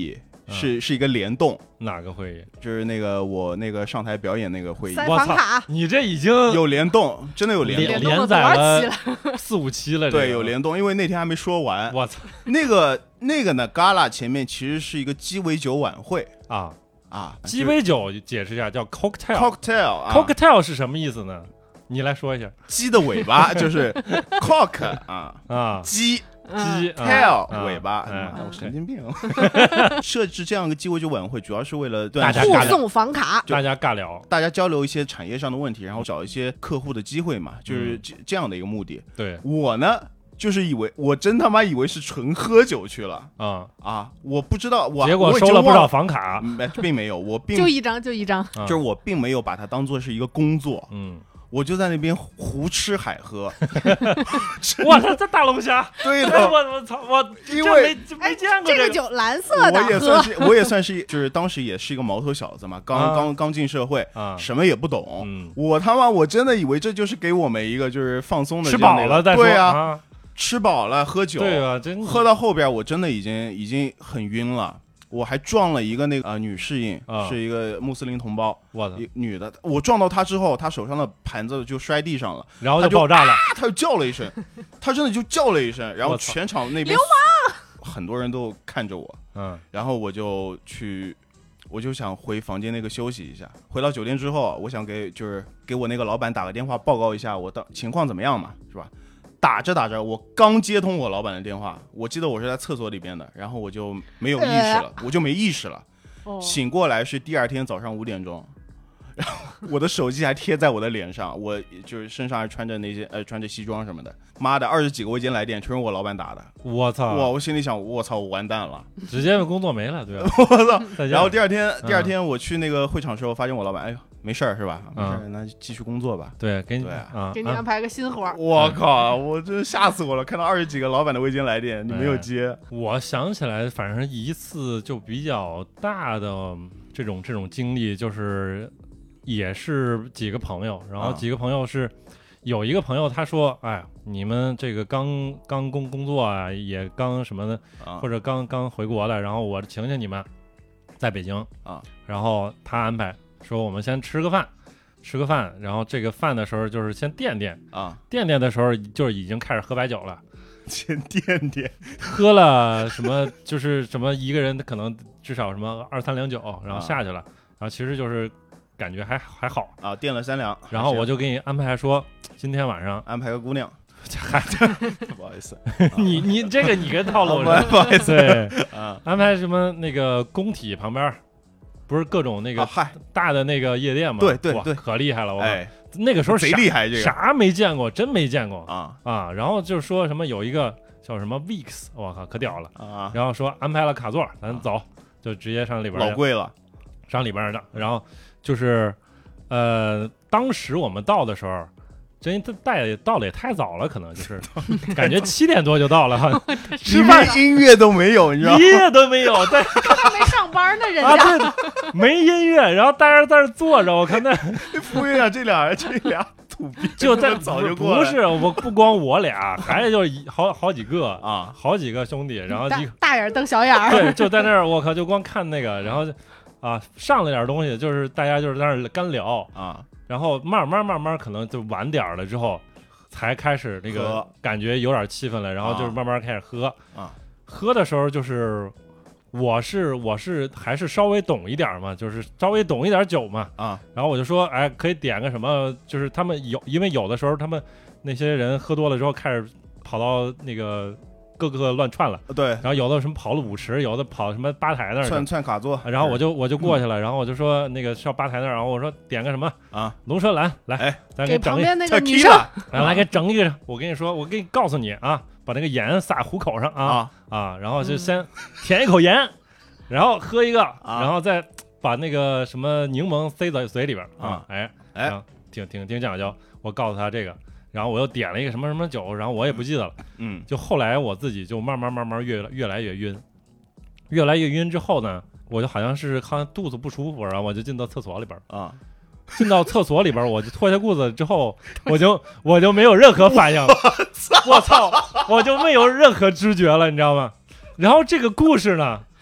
是是一个联动。 哪个会议？ 就是那个我那个上台表演那个会议， 塞房卡， 你这已经有联动，真的有联动， 连载了四五期了。 对，有联动，因为那天还没说完。 我操， 那个那个呢 ，Gala 前面其实是一个鸡尾酒晚会啊啊， 鸡尾酒解释一下叫 cocktail。 cocktail 啊 cocktail 是什么意思呢？你来说一下。 鸡的尾巴就是 cock 啊啊， 鸡。 鸡 tail、 啊、 尾巴， 嗯啊、我神经病。设置这样一个鸡尾酒晚会，主要是为了大家互送房卡， 大家尬聊， 大家交流一些产业上的问题，然后找一些客户的机会嘛，就是这样的一个目的。 嗯、对我呢，就是以为我真他妈以为是纯喝酒去了啊、嗯、啊！我不知道，我结果收了不少房卡， 没，并没有，我并就一张就一张， 就是我并没有把它当做是一个工作， 嗯。 我就在那边胡吃海喝， 我操，这大龙虾， 对的， 我我操，我因为没没见过这个酒蓝色的， 我也算是我也算是就是当时也是一个毛头小子嘛，刚、啊、刚刚进社会啊， 什么也不懂， 嗯， 我他妈我真的以为这就是给我们一个就是放松的， 吃饱了再说， 对啊， 啊吃饱了喝酒， 对啊，真喝到后边我真的已经已经很晕了。我还撞了一个那个呃女侍应、啊，是一个穆斯林同胞， 我的女的。我撞到她之后，她手上的盘子就摔地上了， 然后就爆炸了， 她就叫了一声，她真的就叫了一声，然后全场那边流氓， 很多人都看着我， 嗯， 然后我就去，我就想回房间那个休息一下。回到酒店之后，我想给就是给我那个老板打个电话报告一下我的情况怎么样嘛，是吧？打着打着，我刚接通我老板的电话，我记得我是在厕所里边的，然后我就没有意识了，我就没意识了，醒过来是第二天早上五点钟，然后我的手机还贴在我的脸上，我就是身上还穿着那些呃穿着西装什么的，妈的，二十几个未接来电全是我老板打的， 我操！ 哇，我心里想，我操，我完蛋了， 直接工作没了，对吧？ 我操！然后第二天第二天我去那个会场的时候，发现我老板，哎呦。没事儿是吧？没事儿，那继续工作吧。 对，给你对啊， 给你安排个新活。 我靠！我真吓死我了！看到二十几个老板的未接来电，你没有接。 我想起来，反正一次就比较大的这种这种经历，就是也是几个朋友，然后几个朋友是有一个朋友他说：“哎，你们这个刚刚工工作啊，也刚什么的，或者刚刚回国了，然后我请请你们在北京啊， 然后他安排。”说我们先吃个饭，吃个饭，然后这个饭的时候就是先垫垫啊， 垫垫的时候就已经开始喝白酒了， 先垫垫， 喝了什么就是什么一个人可能至少什么二三两酒，然后下去了，啊、然后其实就是感觉还还好啊，垫了三两， 然后我就给你安排说今天晚上安排个姑娘。不好意思， 你你这个你跟套路不好意思， 对啊，安排什么那个工体旁边。不是各种那个大的那个夜店吗？ 对对对， 可厉害了！我哎， 那个时候贼厉害，这个啥没见过，真没见过啊啊！然后就说什么有一个叫什么 Vix， 我靠，可屌了啊！ 然后说安排了卡座，咱走，就直接上里边， 老贵了， 上里边的。然后就是呃，当时我们到的时候。真带到的也太早了，可能就是感觉七点多就到了哈， 吃饭音乐都没有，你知道吗？ 音乐都没有，在还没上班呢，人家、 啊、对，没音乐，然后大家在那坐着，我看那服务员这俩这俩土逼就在早就过不是我不光我俩，还有就好好几个啊， 好几个兄弟，然后大大眼瞪小眼儿， 对，就在那儿，我靠，就光看那个，然后啊上了点东西，就是大家就是在那儿干聊啊。 然后慢慢慢慢可能就晚点了之后，才开始那个感觉有点气氛了，然后就是慢慢开始喝啊。 喝的时候就是我是我是还是稍微懂一点嘛，就是稍微懂一点酒嘛啊。 然后我就说，哎，可以点个什么？就是他们有，因为有的时候他们那些人喝多了之后开始跑到那个。各个乱串了， 对， 然后有的什么跑了舞池，有的跑什么吧台那儿串串卡座， 然后我就我就过去了，然后我就说那个上吧台那儿，然后我说点个什么啊， 龙舌兰来， 哎， 咱给旁边那个女生， 来来给整一个，我跟你说，我给你告诉你啊，把那个盐撒虎口上啊啊，然后就先舔一口盐，然后喝一个，然后再把那个什么柠檬塞到嘴里边啊，哎哎，挺挺挺讲究，我告诉他这个。然后我又点了一个什么什么酒，然后我也不记得了， 嗯， 就后来我自己就慢慢慢慢越越来越晕，越来越晕之后呢，我就好像是好像肚子不舒服，然后我就进到厕所里边啊， 进到厕所里边，我就脱下裤子之后，我就我就没有任何反应了，我操，我就没有任何知觉了，你知道吗？然后这个故事呢，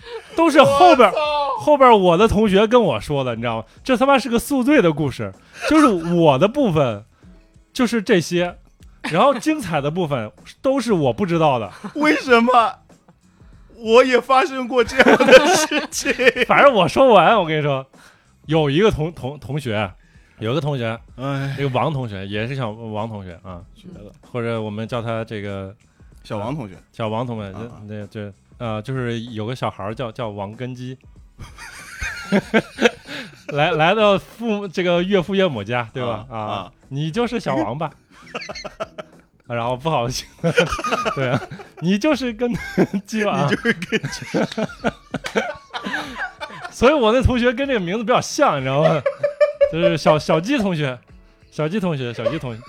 都是后边后边我的同学跟我说的，你知道吗？这他妈是个宿醉的故事，就是我的部分就是这些，然后精彩的部分都是我不知道的。 为什么？我也发生过这样的事情。 反正我说完，我跟你说，有一个同同同学，有一个同学， 哎， 这个王同学也是小王同学啊， 绝了， 或者我们叫他这个小王同学， 小王同学， 啊这这呃，就是有个小孩叫叫王根基。来来到父母这个岳父岳母家，对吧？ 啊， 啊， 啊你就是小王八，然后不好听，对啊，你就是跟鸡吧， 你就是跟所以我那同学跟这个名字比较像，你知道吗？就是小小鸡同学，小鸡同学，小鸡同学，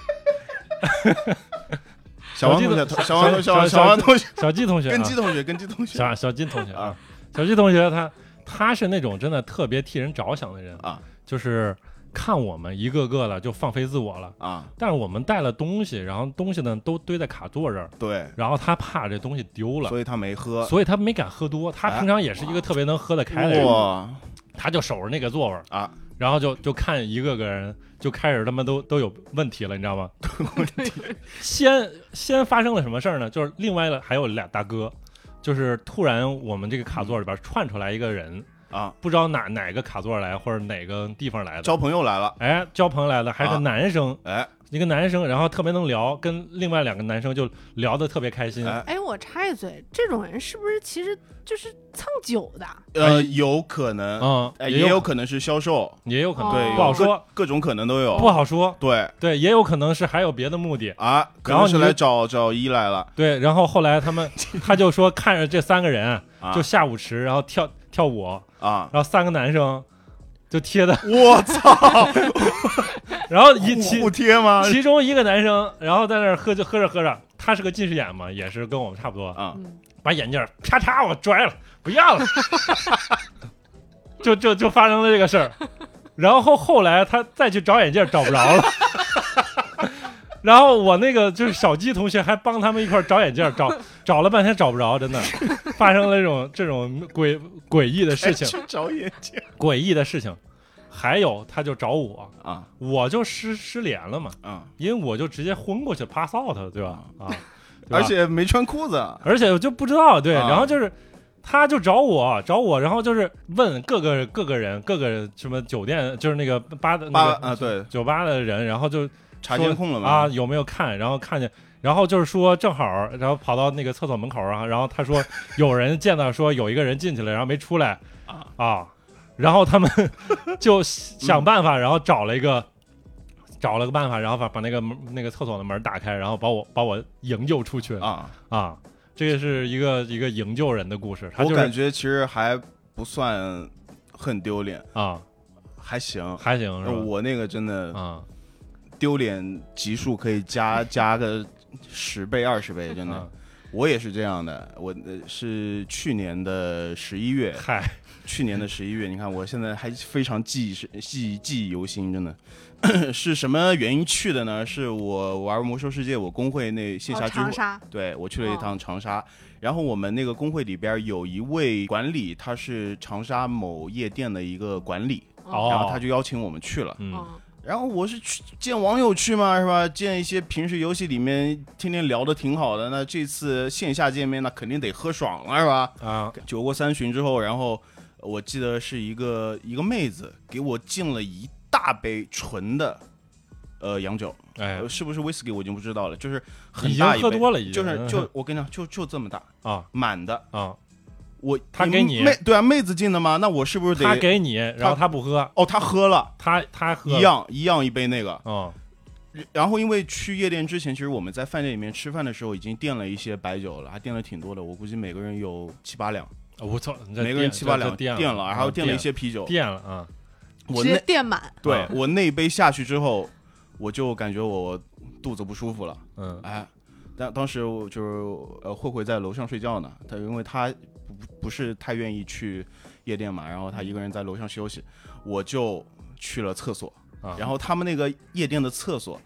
小王同学， 小小王小小小王同学， 小鸡同学， 跟鸡同学，跟鸡同学小小鸡同学啊啊， 小鸡同学他他是那种真的特别替人着想的人啊， 就是看我们一个个的就放飞自我了啊， 但是我们带了东西，然后东西呢都堆在卡座这儿， 对， 然后他怕这东西丢了， 所以他没喝， 所以他没敢喝多。他平常也是一个特别能喝得开的人， 哇他就守着那个座位啊， 然后就就看一个个人就开始他们都都有问题了，你知道吗？先先发生了什么事儿呢？就是另外的还有俩大哥，就是突然我们这个卡座里边窜出来一个人。 啊， 不知道哪哪个卡座来，或者哪个地方来的， 交朋友来了， 哎，交朋友来的，还是个男生， 啊、哎， 一个男生，然后特别能聊，跟另外两个男生就聊得特别开心。 哎， 哎我插一嘴，这种人是不是其实就是蹭酒的？ 呃，有可能， 嗯， 哎， 也也有可能是销售， 也有可能， 对， 不好说， 各，各种可能都有， 不好说。 对对，也有可能是还有别的目的啊，可然后你能是来找找一来了， 对，然后后来他们他就说看着这三个人啊、 就下舞池，然后跳跳舞啊， 然后三个男生就贴的， 我操， 然后一其互贴吗？ 其中一个男生，然后在那儿喝就喝着喝着，他是个近视眼嘛，也是跟我们差不多， 啊， 把眼镜啪嚓我拽了，不要了，就就就发生了这个事儿，然后后来他再去找眼镜找不着了。然后我那个就是小鸡同学还帮他们一块找眼镜，找找了半天找不着，真的发生了这种这种诡诡异的事情， 去找眼镜， 诡异的事情。还有他就找我啊， 我就失失联了嘛， 啊， 因为我就直接昏过去 pass out 了，对吧？啊，对吧而且没穿裤子， 而且我就不知道，对， 啊、 然后就是他就找我找我，然后就是问各个各个人各个什么酒店，就是那个吧的吧、 那个啊，对， 酒吧的人，然后就。 查监控了吗？ 啊，有没有看？然后看见，然后就是说正好，然后跑到那个厕所门口啊，然后他说有人见到说有一个人进去了，然后没出来啊啊，然后他们就想办法，然后找了一个、嗯、找了个办法，然后把把那个那个厕所的门打开，然后把我把我营救出去啊啊，这个是一个一个营救人的故事。他、就是、 我感觉其实还不算很丢脸啊， 还行还行是吧？ 我那个真的啊。 丢脸级数可以加加个十倍二十倍，真的、 嗯， 我也是这样的。我是去年的十一月， 嗨， 去年的十一月，你看我现在还非常记忆记记忆犹新，真的。是什么原因去的呢？是我玩魔兽世界，我公会那线下聚会， 哦、长沙， 对我去了一趟长沙、哦。然后我们那个公会里边有一位管理，他是长沙某夜店的一个管理， 哦、 然后他就邀请我们去了。 嗯。 然后我是去见网友去嘛，是吧？见一些平时游戏里面天天聊得挺好的，那这次线下见面那肯定得喝爽了，是吧？ 啊， 酒过三巡之后，然后我记得是一个一个妹子给我敬了一大杯纯的呃洋酒， 哎， 是不是威士忌我已经不知道了，就是很大一杯， 已经喝多了，已经就是就我跟你讲，就就这么大啊， 满的啊。 我他给你妹对啊，妹子进的吗？那我是不是得他给你，然后他不喝？ 哦，他喝了， 他他喝一样一样一杯那个， 嗯。 然后因为去夜店之前，其实我们在饭店里面吃饭的时候已经垫了一些白酒了，还垫了挺多的，我估计每个人有七八两。 哦、我操， 每个人七八两垫了，了，然后垫了一些啤酒， 垫了啊。 我直接垫满。 对、 啊、 我那杯下去之后，我就感觉我肚子不舒服了。 嗯， 哎，但当时我就是呃慧慧在楼上睡觉呢，她因为她不不是太愿意去夜店嘛，然后她一个人在楼上休息，我就去了厕所。 啊、 然后他们那个夜店的厕所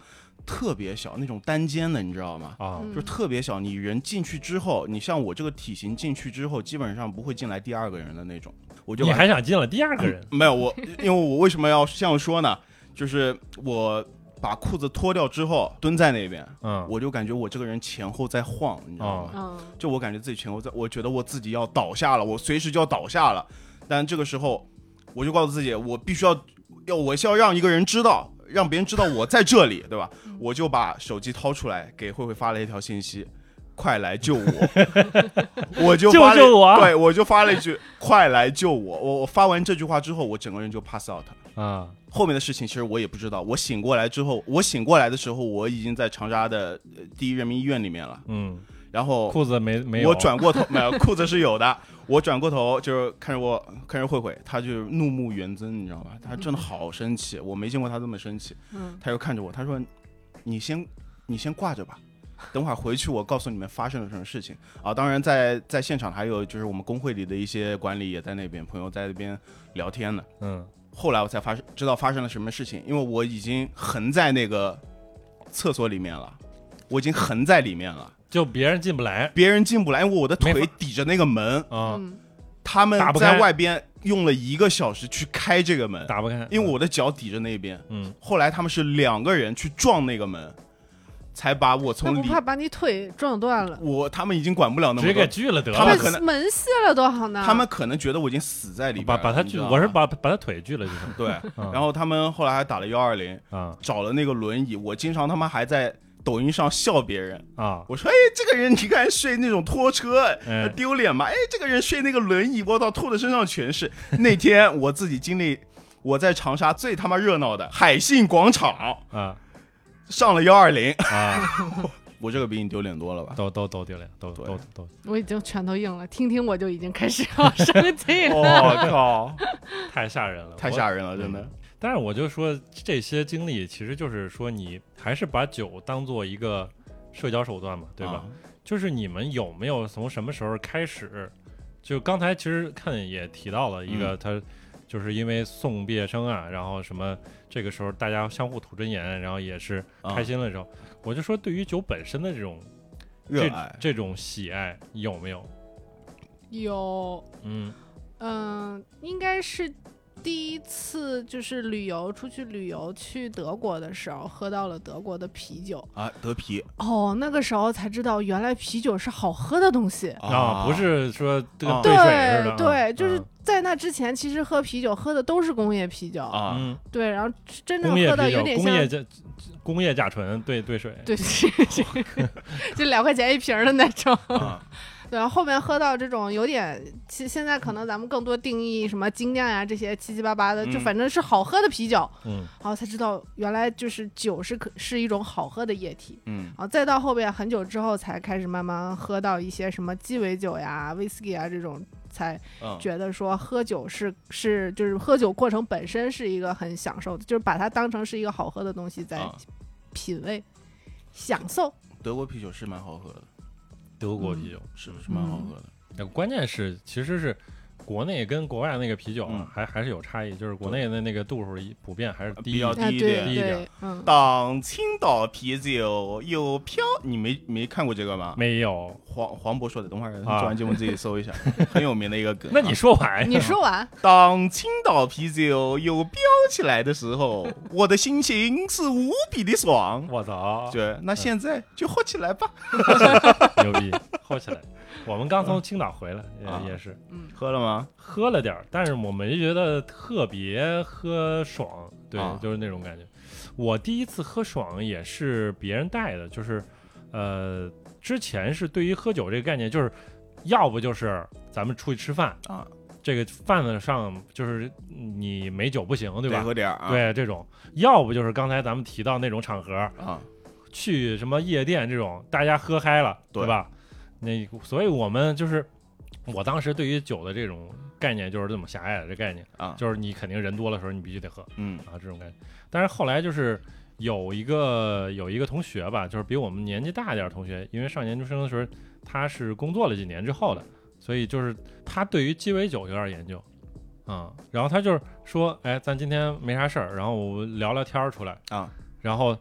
特别小那种单间的，你知道吗？ 啊， 就特别小，你人进去之后，你像我这个体型进去之后，基本上不会进来第二个人的那种。我就你还想进了第二个人？ 没有我，因为我为什么要这样说呢？就是我把裤子脱掉之后蹲在那边， 嗯， 我就感觉我这个人前后在晃，你知道吗？ 嗯， 就我感觉自己前后在，我觉得我自己要倒下了，我随时就要倒下了。但这个时候，我就告诉自己，我必须要要我是要让一个人知道，让别人知道我在这里，对吧？我就把手机掏出来，给慧慧发了一条信息。快来救我！我就发了救救我！ 对，我就发了一句“快来救我”。我我发完这句话之后，我整个人就 pass out 了。 啊， 后面的事情其实我也不知道。我醒过来之后，我醒过来的时候，我已经在长沙的第一人民医院里面了。 嗯， 然后裤子没没有？ 我转过头，没有裤子是有的。我转过头就是看着我，看着慧慧，她就怒目圆睁，你知道吧？她真的好生气，我没见过她这么生气。 嗯， 她又看着我，她说：“你先，你先挂着吧。”等会儿回去我告诉你们发生了什么事情啊！当然在在现场还有就是我们工会里的一些管理也在那边，朋友在那边聊天呢。 嗯， 后来我才发知道发生了什么事情，因为我已经横在那个厕所里面了，我已经横在里面了， 就别人进不来， 别人进不来，因为我的腿抵着那个门啊。 嗯， 他们在外边用了一个小时去开这个门， 打不开， 因为我的脚抵着那边。 嗯， 后来他们是两个人去撞那个门。才把我从那里， 不怕把你腿撞断了？ 我他们已经管不了那么多， 直接给锯了得了。 他们可能门卸了多好呢？ 他们可能觉得我已经死在里边， 把把他锯，我是把把他腿锯了就行。 对， 嗯、 然后他们后来还打了幺二零啊，找了那个轮椅。我经常他们还在抖音上笑别人啊， 我说哎，这个人你看睡那种拖车， 哎、 丢脸吗？哎，这个人睡那个轮椅，我操，吐的身上全是。那天我自己经历，我在长沙最他妈热闹的海信广场啊， 上了幺二零啊。 我这个比你丢脸多了吧？ 都都都丢脸，都都都。 我已经拳头硬了，听听我就已经开始要生气了。 我、哦、靠， 太吓人了， 太吓人了，真的。 嗯、但是我就说这些经历，其实就是说你还是把酒当做一个社交手段嘛，对吧？啊、就是你们有没有从什么时候开始？就刚才其实看也提到了一个，他、嗯、就是因为送毕业生啊，然后什么这个时候大家相互吐真言，然后也是开心了之后。啊，我就说，对于酒本身的这种热爱、 这种喜爱有没有？ 有， 嗯嗯、呃，应该是第一次就是旅游出去旅游去德国的时候，喝到了德国的啤酒啊，德啤。 哦，那个时候才知道原来啤酒是好喝的东西啊，不是说跟兑水似的。 对对， 嗯、 就是在那之前，其实喝啤酒喝的都是工业啤酒啊， 嗯， 对，然后真正喝到有点像工业甲工业甲醇兑兑水， 对，就两块钱一瓶的那种。 啊对，然后后面喝到这种有点，其现在可能咱们更多定义什么精酿呀这些七七八八的， 嗯、 就反正是好喝的啤酒。 嗯， 然后才知道原来就是酒是可是一种好喝的液体。 嗯， 然后再到后边很久之后才开始慢慢喝到一些什么鸡尾酒呀、威士忌啊这种，才觉得说喝酒是、嗯、是就是喝酒过程本身是一个很享受的，就是把它当成是一个好喝的东西在品味、啊、享受。 德国啤酒是蛮好喝的。 德国啤酒、 嗯、是是蛮好喝的、 嗯，关键是其实是国内跟国外那个啤酒、啊嗯、 还还是有差异，就是国内的那个度数普遍还是低比较低一点， 低一点。 嗯， 当青岛啤酒有飘，你没没看过这个吗？ 没有， 黄黄渤说的，等会儿做完节目自己搜一下，啊、很有名的一个梗。 那你说完， 你说完。 当青岛啤酒有飙起来的时候，我的心情是无比的爽。 我操！ 对，那现在就喝起来吧。 牛逼，喝起来。我们刚从青岛回来，也、 啊、 也是， 嗯， 喝了吗？ 喝了点，但是我没觉得特别喝爽，对、啊，就是那种感觉。我第一次喝爽也是别人带的，就是，呃，之前是对于喝酒这个概念，就是要不就是咱们出去吃饭啊， 这个饭子上就是你没酒不行，对吧？ 得喝点啊。 对，这种，要不就是刚才咱们提到那种场合啊， 去什么夜店这种，大家喝嗨了， 对, 对吧？那所以我们就是我当时对于酒的这种概念就是这么狭隘的这概念啊， 就是你肯定人多的时候你必须得喝， 嗯啊这种概念。但是后来就是有一个有一个同学吧，就是比我们年纪大一点的同学，因为上研究生的时候他是工作了几年之后的，所以就是他对于鸡尾酒有点研究啊、嗯，然后他就是说，哎，咱今天没啥事儿，然后我聊聊天出来啊， 然后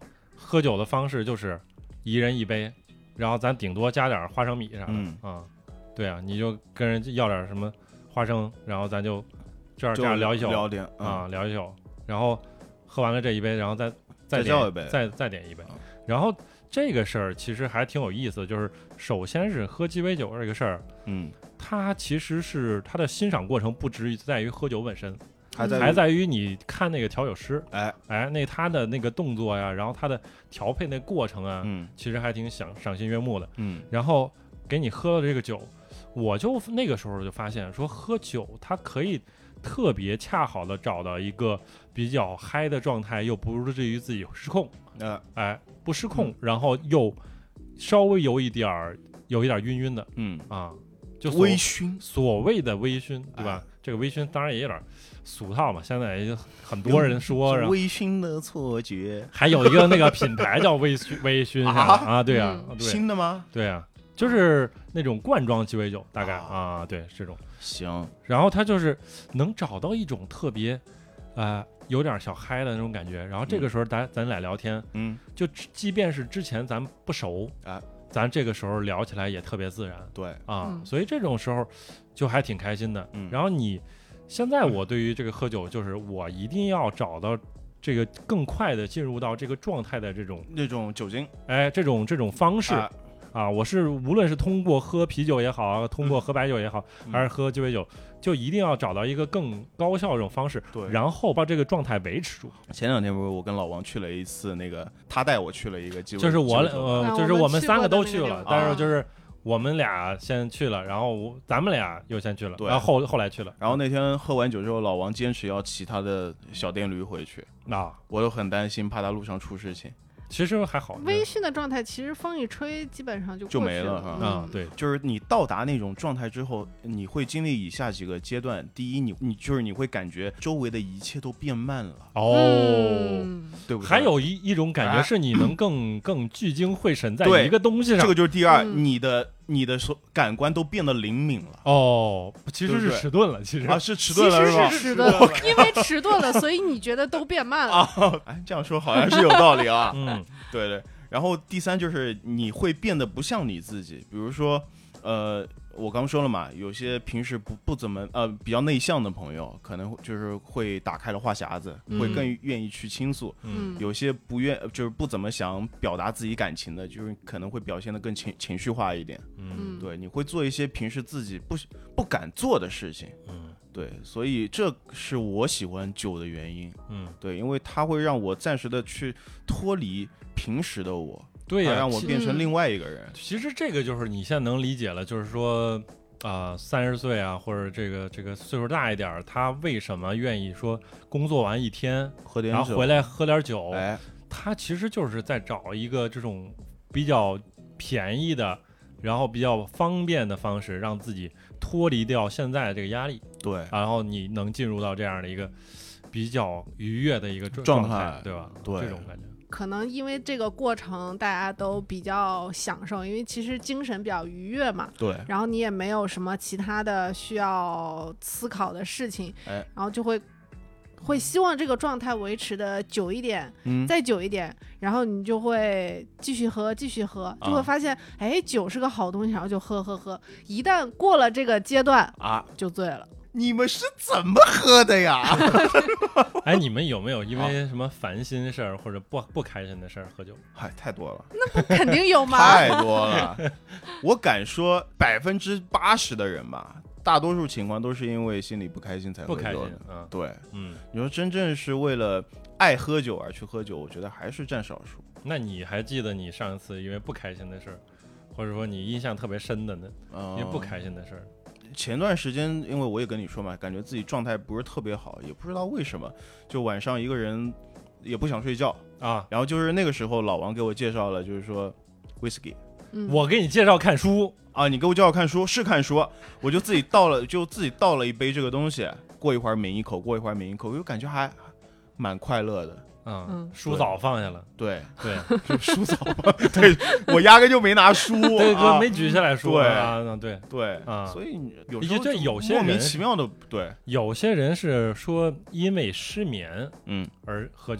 喝酒的方式就是一人一杯，然后咱顶多加点花生米啥的、 嗯、 啊，对啊，你就跟人要点什么花生，然后咱就这样就这样聊一宿聊点、嗯、 啊，聊一宿，然后喝完了这一杯，然后再再再叫一杯， 再再点一杯、 嗯， 然后这个事儿其实还挺有意思，就是首先是喝鸡尾酒这个事儿， 嗯， 它其实是它的欣赏过程不只在于喝酒本身。 还在还在于你看那个调酒师， 哎哎，那他的那个动作呀，然后他的调配那过程啊， 嗯， 其实还挺赏赏心悦目的， 嗯， 然后给你喝了这个酒，我就那个时候就发现说，喝酒它可以特别恰好的找到一个比较嗨的状态，又不至于自己失控， 呃， 哎，不失控， 嗯、 然后又稍微有一点儿有一点晕晕的， 嗯啊，就微醺， 所谓的微醺，对吧？ 哎、 这个微醺当然也有点俗套嘛，现在也很多人说微醺的错觉， 还有一个那个品牌叫微醺微醺啊, 啊，对啊， 嗯、 对新的吗？ 对啊，就是那种罐装鸡尾酒，大概 啊, 啊，对，这种行。 然后它就是能找到一种特别，呃，有点小嗨的那种感觉。然后这个时候咱、嗯、咱俩聊天， 嗯， 就即便是之前咱不熟啊。 咱这个时候聊起来也特别自然， 对啊、 嗯， 所以这种时候就还挺开心的。 嗯， 然后你现在我对于这个喝酒，就是我一定要找到这个更快的进入到这个状态的这种那种酒精， 哎，这种这种方式啊, 啊，我是无论是通过喝啤酒也好，通过喝白酒也好， 嗯、 还是喝鸡尾酒，就一定要找到一个更高效的这种方式， 对， 然后把这个状态维持住。 前两天不是我跟老王去了一次那个，他带我去了一个鸡尾， 就是我呃，就是我们三个都去了， 啊、 但是就是我们俩先去了，然后咱们俩又先去了， 对， 然后后后来去了。 然后那天喝完酒之后，老王坚持要骑他的小电驴回去， 啊， 我都很担心，怕他路上出事情。 其实还好， 微醺的状态其实风一吹基本上就就没了了、 嗯、啊。对， 就是你到达那种状态之后，你会经历以下几个阶段。第一，你你就是你会感觉周围的一切都变慢了哦、 嗯， 对不对？ 还有一一种感觉是你能更、哎、更聚精会神在一个东西上， 这个就是第二， 嗯、 你的你的感官都变得灵敏了。 哦，其实是迟钝了，其实啊是迟钝了， 其实是迟钝了，因为迟钝了，所以你觉得都变慢了。 啊，哎，这样说好像是有道理啊。 嗯， 对对。然后第三就是你会变得不像你自己，比如说，呃，我刚说了嘛，有些平时不不怎么呃比较内向的朋友，可能就是会打开了话匣子， 嗯、 会更愿意去倾诉。 嗯， 有些不愿就是不怎么想表达自己感情的，就是可能会表现得更情情绪化一点。 嗯， 对，你会做一些平时自己不不敢做的事情。 嗯， 对，所以这是我喜欢酒的原因。 嗯， 对，因为它会让我暂时的去脱离平时的我， 对呀、 啊，让我变成另外一个人。 其实这个就是你现在能理解了，就是说啊，三十岁啊，或者这个这个岁数大一点，他为什么愿意说工作完一天喝点酒， 然后回来喝点酒？ 哎， 他其实就是在找一个这种比较便宜的，然后比较方便的方式，让自己脱离掉现在的这个压力。 对， 然后你能进入到这样的一个比较愉悦的一个状态，对吧？ 对， 这种感觉。 可能因为这个过程大家都比较享受，因为其实精神比较愉悦嘛。 对。 然后你也没有什么其他的需要思考的事情， 哎， 然后就会会希望这个状态维持的久一点， 嗯， 再久一点，然后你就会继续喝，继续喝，就会发现，哎、啊，酒是个好东西，然后就喝喝喝。一旦过了这个阶段啊， 就醉了。 你们是怎么喝的呀？ 哎，你们有没有因为什么烦心事儿或者不不开心的事儿喝酒？ 嗨，太多了。 那不肯定有吗？ 太多了。我敢说百分之八十的人吧，大多数情况都是因为心里不开心才喝酒的。 不开心，嗯， 对， 嗯。 你说真正是为了爱喝酒而去喝酒，我觉得还是占少数。 那你还记得你上一次因为不开心的事儿，或者说你印象特别深的呢？ 嗯， 因为不开心的事儿。 前段时间，因为我也跟你说嘛，感觉自己状态不是特别好，也不知道为什么，就晚上一个人也不想睡觉啊。 然后就是那个时候，老王给我介绍了，就是说 whisky，、 嗯、 我给你介绍看书啊，你给我介绍看书是看书，我就自己倒了，就自己倒了一杯这个东西，过一会儿抿一口，过一会儿抿一口，我就感觉还蛮快乐的。 嗯, 嗯，书早放下了， 对对， 就书早放，对我压根就没拿书， 对哥、 啊、 没举下来书， 对啊，对对啊， 所以有时候这有些人莫名其妙的，对， 有些人是说因为失眠， 嗯， 而喝酒，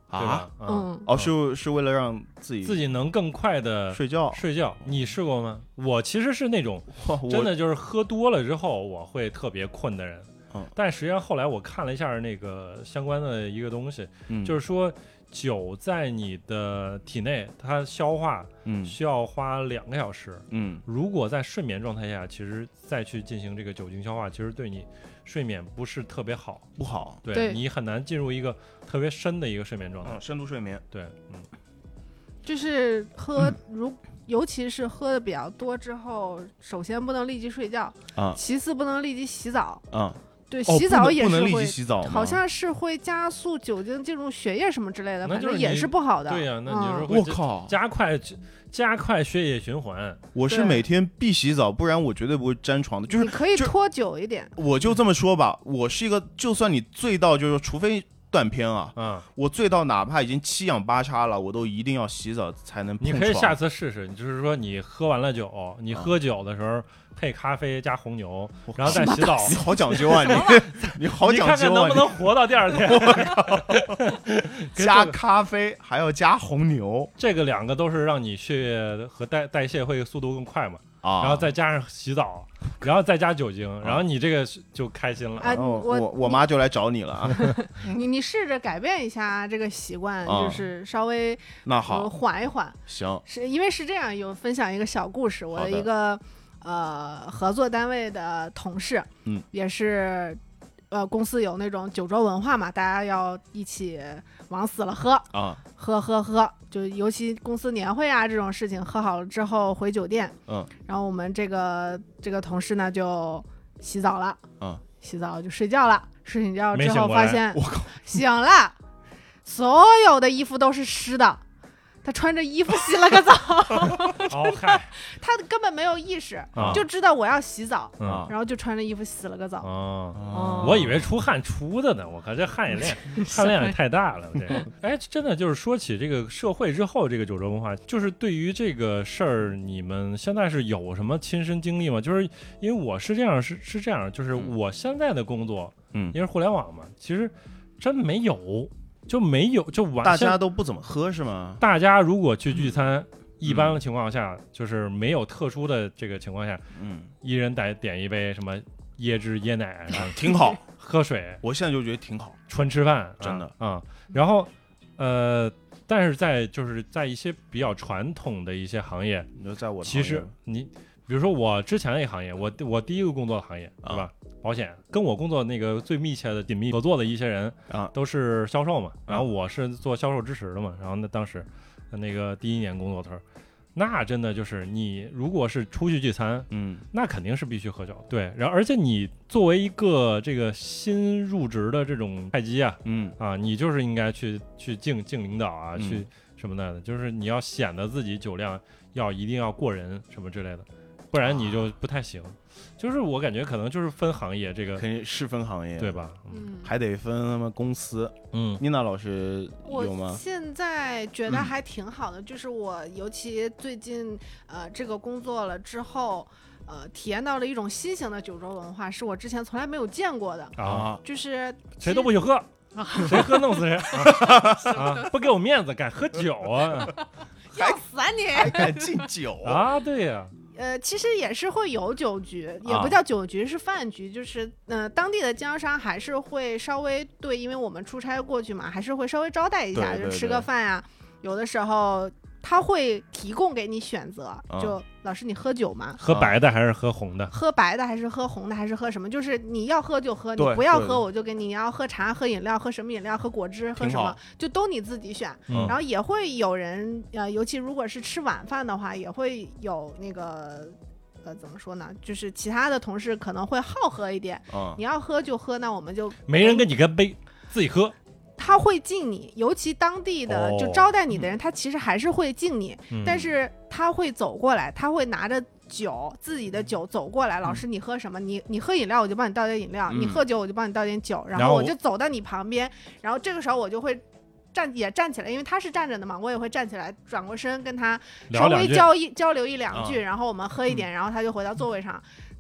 对吧？ 啊， 嗯， 哦，是是为了让自己自己能更快的睡觉。 睡觉。你试过吗？我其实是那种哇我真的就是喝多了之后我会特别困的人。 嗯， 但实际上后来我看了一下那个相关的一个东西， 嗯就是说酒在你的体内它消化嗯需要花两个小时。 嗯如果在睡眠状态下，其实再去进行这个酒精消化，其实对你睡眠不是特别好， 不好， 对对你很难进入一个特别深的一个睡眠状态。 嗯，深度睡眠。 对，嗯， 就是喝，如尤其是喝的比较多之后，首先不能立即睡觉啊， 其次不能立即洗澡。 啊， 对， 哦， 洗澡也不能立是会， 即洗澡吗， 好像是会加速酒精进入血液什么之类的， 那就是你反正也是不好的。 对呀、那你就是嗯会加我靠， 加快加快血液循环。 我是对每天必洗澡，不然我绝对不会沾床的。就是你可以就拖久一点。 我就这么说吧，我是一个，就算你醉到就是，除非断片啊， 嗯， 我醉到哪怕已经七仰八叉了，我都一定要洗澡才能碰床。 你可以下次试试，你就是说你喝完了酒，你喝酒的时候配咖啡加红牛，然后再洗澡。 你好讲究啊，你你好你看讲究啊， 看能不能活到第二天？ 你加咖啡还要加红牛这个两个都是让你血液和代代谢会速度更快嘛， 啊， 然后再加上洗澡，然后再加酒精，然后你这个就开心了。 哎然后我我我妈就来找你了啊。 你你试着改变一下这个习惯， 啊就是稍微呃那好， 缓一缓。 行， 是因为是这样，有分享一个小故事，我好的的一个呃合作单位的同事， 嗯， 也是呃公司有那种酒桌文化嘛，大家要一起往死了喝， 啊， 喝喝喝，就尤其公司年会啊这种事情，喝好了之后回酒店， 嗯， 然后我们这个这个同事呢就洗澡了， 嗯， 洗澡就睡觉了，睡醒觉之没醒过来后发现我靠， 醒了，所有的衣服都是湿的。他穿着衣服洗了个澡， 哦嗨， 他根本没有意识， 啊就知道我要洗澡， 嗯然后就穿着衣服洗了个澡。 哦， 哦我以为出汗出的呢，我靠，这汗也量汗量也太大了，这个。哎，真的就是说起这个社会之后，这个酒桌文化，就是对于这个事儿，你们现在是有什么亲身经历吗？就是因为我是这样，是是这样，就是我现在的工作， 嗯因为互联网嘛，其实真没有。就没有，就完大家都不怎么喝是吗？ 大家如果去聚餐，一般情况下就是没有特殊的这个情况下， 嗯， 一人得点一杯什么椰汁、椰奶，然后挺好， 喝水， 我现在就觉得挺好。 纯吃饭， 真的啊、嗯。然后，呃，但是在就是在一些比较传统的一些行业， 你说在我的其实行业你比如说我之前的一个行业，我我第一个工作的行业，对吧？ 啊保险，跟我工作那个最密切的、紧密合作的一些人啊， 都是销售嘛。然后我是做销售支持的嘛。然后那当时那个第一年工作的时候，那真的就是你如果是出去聚餐， 嗯， 那肯定是必须喝酒。对，然后而且你作为一个这个新入职的这种会计啊， 嗯啊，你就是应该去去敬敬领导啊， 嗯去什么的，就是你要显得自己酒量要一定要过人什么之类的，不然你就不太行。就是我感觉可能就是分行业这个， 肯定是分行业， 对？吧？ 嗯， 还得分他们公司。 嗯妮娜老师有我吗？ 现在觉得还挺好的，就是我尤其最近呃这个工作了之后，呃体验到了一种新型的酒桌文化，是我之前从来没有见过的， 啊， 就是谁都不许喝，谁喝弄死谁啊！啊，不给我面子，敢喝酒啊？ 要死啊你！ 还敢敬酒？ 啊，对呀、 呃，其实也是会有酒局，也啊不叫酒局，是饭局，就是呃，当地的经销商还是会稍微对，因为我们出差过去嘛，还是会稍微招待一下， 对对就吃个饭呀、有的时候他会提供给你选择， 啊就老师你喝酒吗？ 喝白的还是喝红的？ 喝白的还是喝红的还是喝什么？就是你要喝就喝，你对对不要喝我就给你。你要喝茶、喝饮料、喝什么饮料、喝果汁、喝什么挺好， 就都你自己选。 嗯然后也会有人呃，尤其如果是吃晚饭的话，也会有那个呃，怎么说呢？就是其他的同事可能会好喝一点， 啊你要喝就喝，那我们就没人给你个杯，自己喝。 他会敬你，尤其当地的、 哦就招待你的人，他其实还是会敬你， 嗯、 但是他会走过来，他会拿着酒，自己的酒走过来，老师你喝什么？你你喝饮料我就帮你倒点饮料， 嗯你喝酒我就帮你倒点酒，然然后我后我就走到你旁边，然后这个时候我就会。站也站起来，因为他是站着的嘛，我也会站起来，转过身跟他稍微聊两句交一交流一两句， 啊然后我们喝一点，然后他就回到座位上。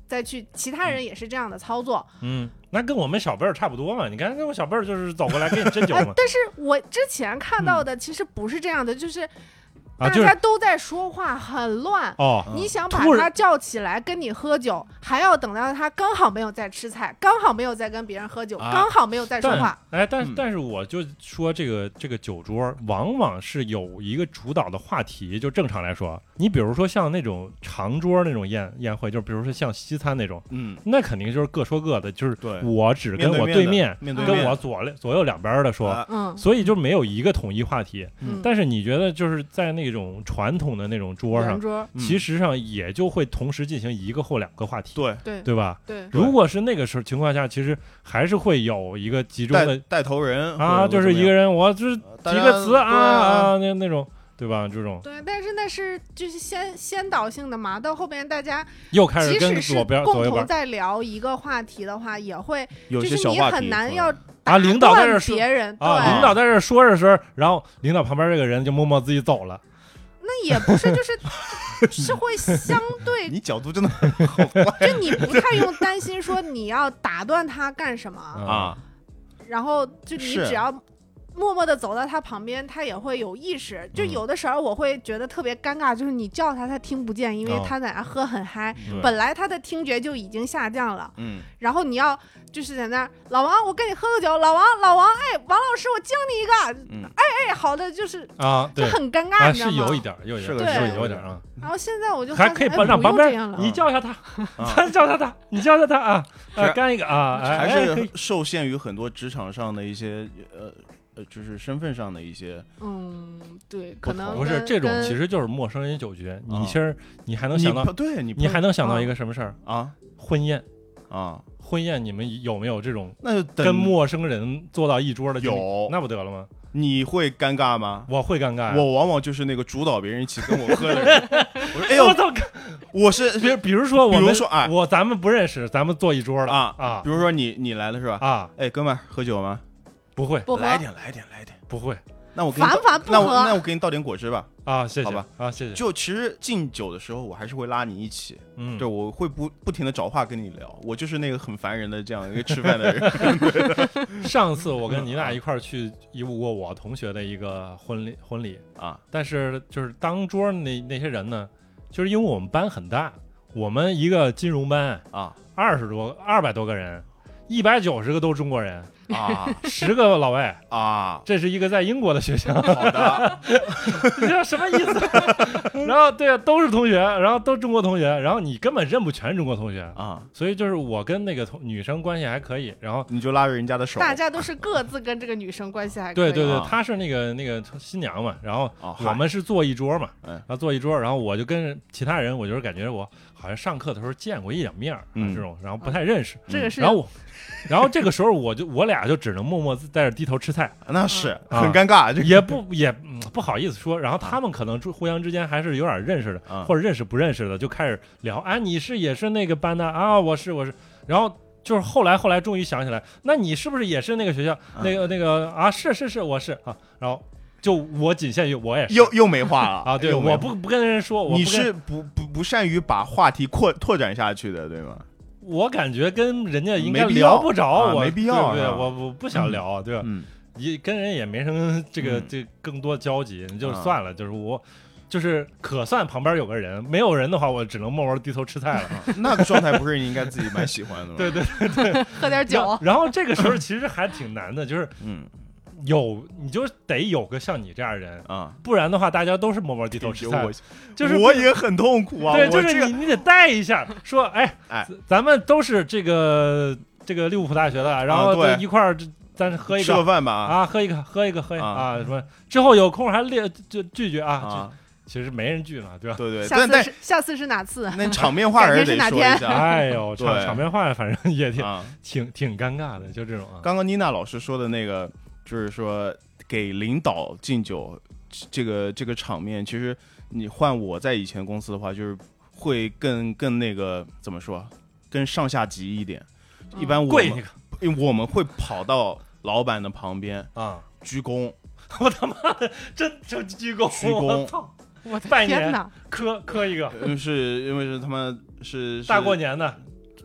再去，其他人也是这样的操作。 嗯，那跟我们小辈儿差不多嘛。你看，那我小辈儿就是走过来给你针灸嘛。 但是我之前看到的其实不是这样的，嗯、就是大啊就是家都在说话，很乱。 哦， 你想把突然他叫起来跟你喝酒，还要等到他刚好没有在吃菜，刚好没有在跟别人喝酒， 啊刚好没有在说话。 哎，但是嗯但是我就说这个这个酒桌往往是有一个主导的话题，就正常来说，你比如说像那种长桌那种宴宴会，就比如说像西餐那种， 嗯， 那肯定就是各说各的，就是对我只跟我面对对面面的面对面跟我左左右两边的说， 啊嗯所以就没有一个统一话题。 嗯， 但是你觉得就是在那种传统的那种桌上圆，桌， 嗯其实上也就会同时进行一个或两个话题， 对对对吧？ 对， 如果是那个时候情况下，其实还是会有一个集中带的带头人啊，就是一个人，我就是大家提个词啊对啊啊，那那种，对吧？这种对，但是那是就是先先导性的嘛，到后边大家又开始即使是跟左边左共同右边在聊一个话题的话，也会有就是你些小话题很难嗯要啊，领导在这打断说别人， 啊， 对领导在这说着说着，然后领导旁边这个人就默默自己走了。 那也不是，就是是会相对， 你角度真的好坏就你不太用担心说你要打断他干什么， 啊！ 然后就你是只要默默的走到他旁边，他也会有意识。就有的时候我会觉得特别尴尬，就是你叫他，他听不见，因为哦他在那喝很嗨， 对本来他的听觉就已经下降了， 嗯， 然后你要就是在那儿，老王，我跟你喝个酒，老王，老王，哎，王老师，我敬你一个， 嗯哎，好的，就是啊， 就对很尴尬， 啊， 你知道吗？ 是有一点，有一点，是是的是的有一点啊， 然后现在我就还可以发现哎不帮让旁边用这样了你叫一下他， 啊咱叫他他，你叫一下他啊，啊， 是干一个啊，哎， 还哎可以是受限于很多职场上的一些呃呃，就是身份上的一些。 嗯，对，可能不是跟跟这种其实就是陌生人酒局，你啊其实你还能你想到不，对你不你还能想到啊一个什么事儿？ 啊婚宴， 啊， 婚宴你们有没有这种那就等跟陌生人坐到一桌的经历？ 有那不得了吗？ 你会尴尬吗？ 我会尴尬呀。 我往往就是那个主导别人一起跟我喝的人。我说：“哎呦我，操！ 我是比如比如说我比们， 如说哎我咱们不认识，咱们坐一桌了啊啊比如说你你来了是吧？ 啊， 哎，哥们儿喝酒吗？ 不会不喝来点来点来点。 不会那我给你倒反反不那我合那我给你倒点果汁吧。 啊，谢谢好吧啊，谢谢。 就其实敬酒的时候，我还是会拉你一起。 嗯， 对，我会不不停的找话跟你聊。我就是那个很烦人的这样一个吃饭的人上次我跟妮娜一块儿去一过我同学的一个婚礼婚礼， 啊。 但是就是当桌那那些人呢，就是因为我们班很大，我们一个金融班啊二十多二百多个人，一百九十个都中国人， 啊十个老外。 啊！ 这是一个在英国的学校， 好的， 你知道什么意思？然后对啊，都是同学，然后都中国同学，然后你根本认不全中国同学， 啊， 所以就是我跟那个同女生关系还可以，然后你就拉着人家的手大家都是各自跟这个女生关系还可以。 对对对啊， 她是那个那个新娘嘛，然后啊我们是坐一桌嘛， 嗯然后坐一桌，然后我就跟其他人，我就是感觉我好像上课的时候见过一两面儿啊嗯这种，然后不太认识， 这个是然后我，然后这个时候我就我俩就只能默默在这低头吃菜， 那是啊很尴尬。这也不也嗯不好意思说，然后他们可能互相之间还是有点认识的， 啊或者认识不认识的，就开始聊，啊，你是也是那个班的啊，我是我是，然后就是后来后来终于想起来，那你是不是也是那个学校、 啊那个那个啊？是是是，我是啊，然后就我仅限于我也是又又没话了啊，对， 又没我不不跟人说，我不跟你是不不不善于把话题扩拓展下去的，对吗？ 我感觉跟人家应该没必要聊不着，我啊没必要对不对？ 是吧我我不想聊，对吧？ 嗯也跟人也没什么这个嗯这更多交集，你就啊算了，就是我。就是可算旁边有个人，没有人的话，我只能默默低头吃菜了。 那个状态不是你应该自己蛮喜欢的吗？ 对对对， 喝点然酒后，然后这个时候其实还挺难的，就是嗯有你就得有个像你这样的人， 啊， 不然的话大家都是默默低头吃菜我， 就是我也很痛苦啊。 对， 我就是这个你你得带一下，说哎哎咱们都是这个这个利物浦大学的，然后啊对就一块儿这咱喝一吃个个饭吧啊，喝一个喝一个喝一个啊啊什么，之后有空还列就聚聚啊， 啊， 就其实没人聚了，对吧？ 对对， 下但但次是下次是哪次？ 那场面话还是得改天是哪天说一下哎呦，场对场面话反正也挺啊。 挺挺尴尬的，就这种啊。 刚刚妮娜老师说的那个，就是说给领导敬酒，这个这个场面，其实你换我在以前公司的话，就是会更更那个怎么说，更上下级一点。一般我们跪那个因为我们会跑到老板的旁边啊， 鞠躬， 我他妈的真就鞠躬， 鞠躬我操， 我的拜年天哪！ 磕磕一个， 嗯，是因为是他们是大过年的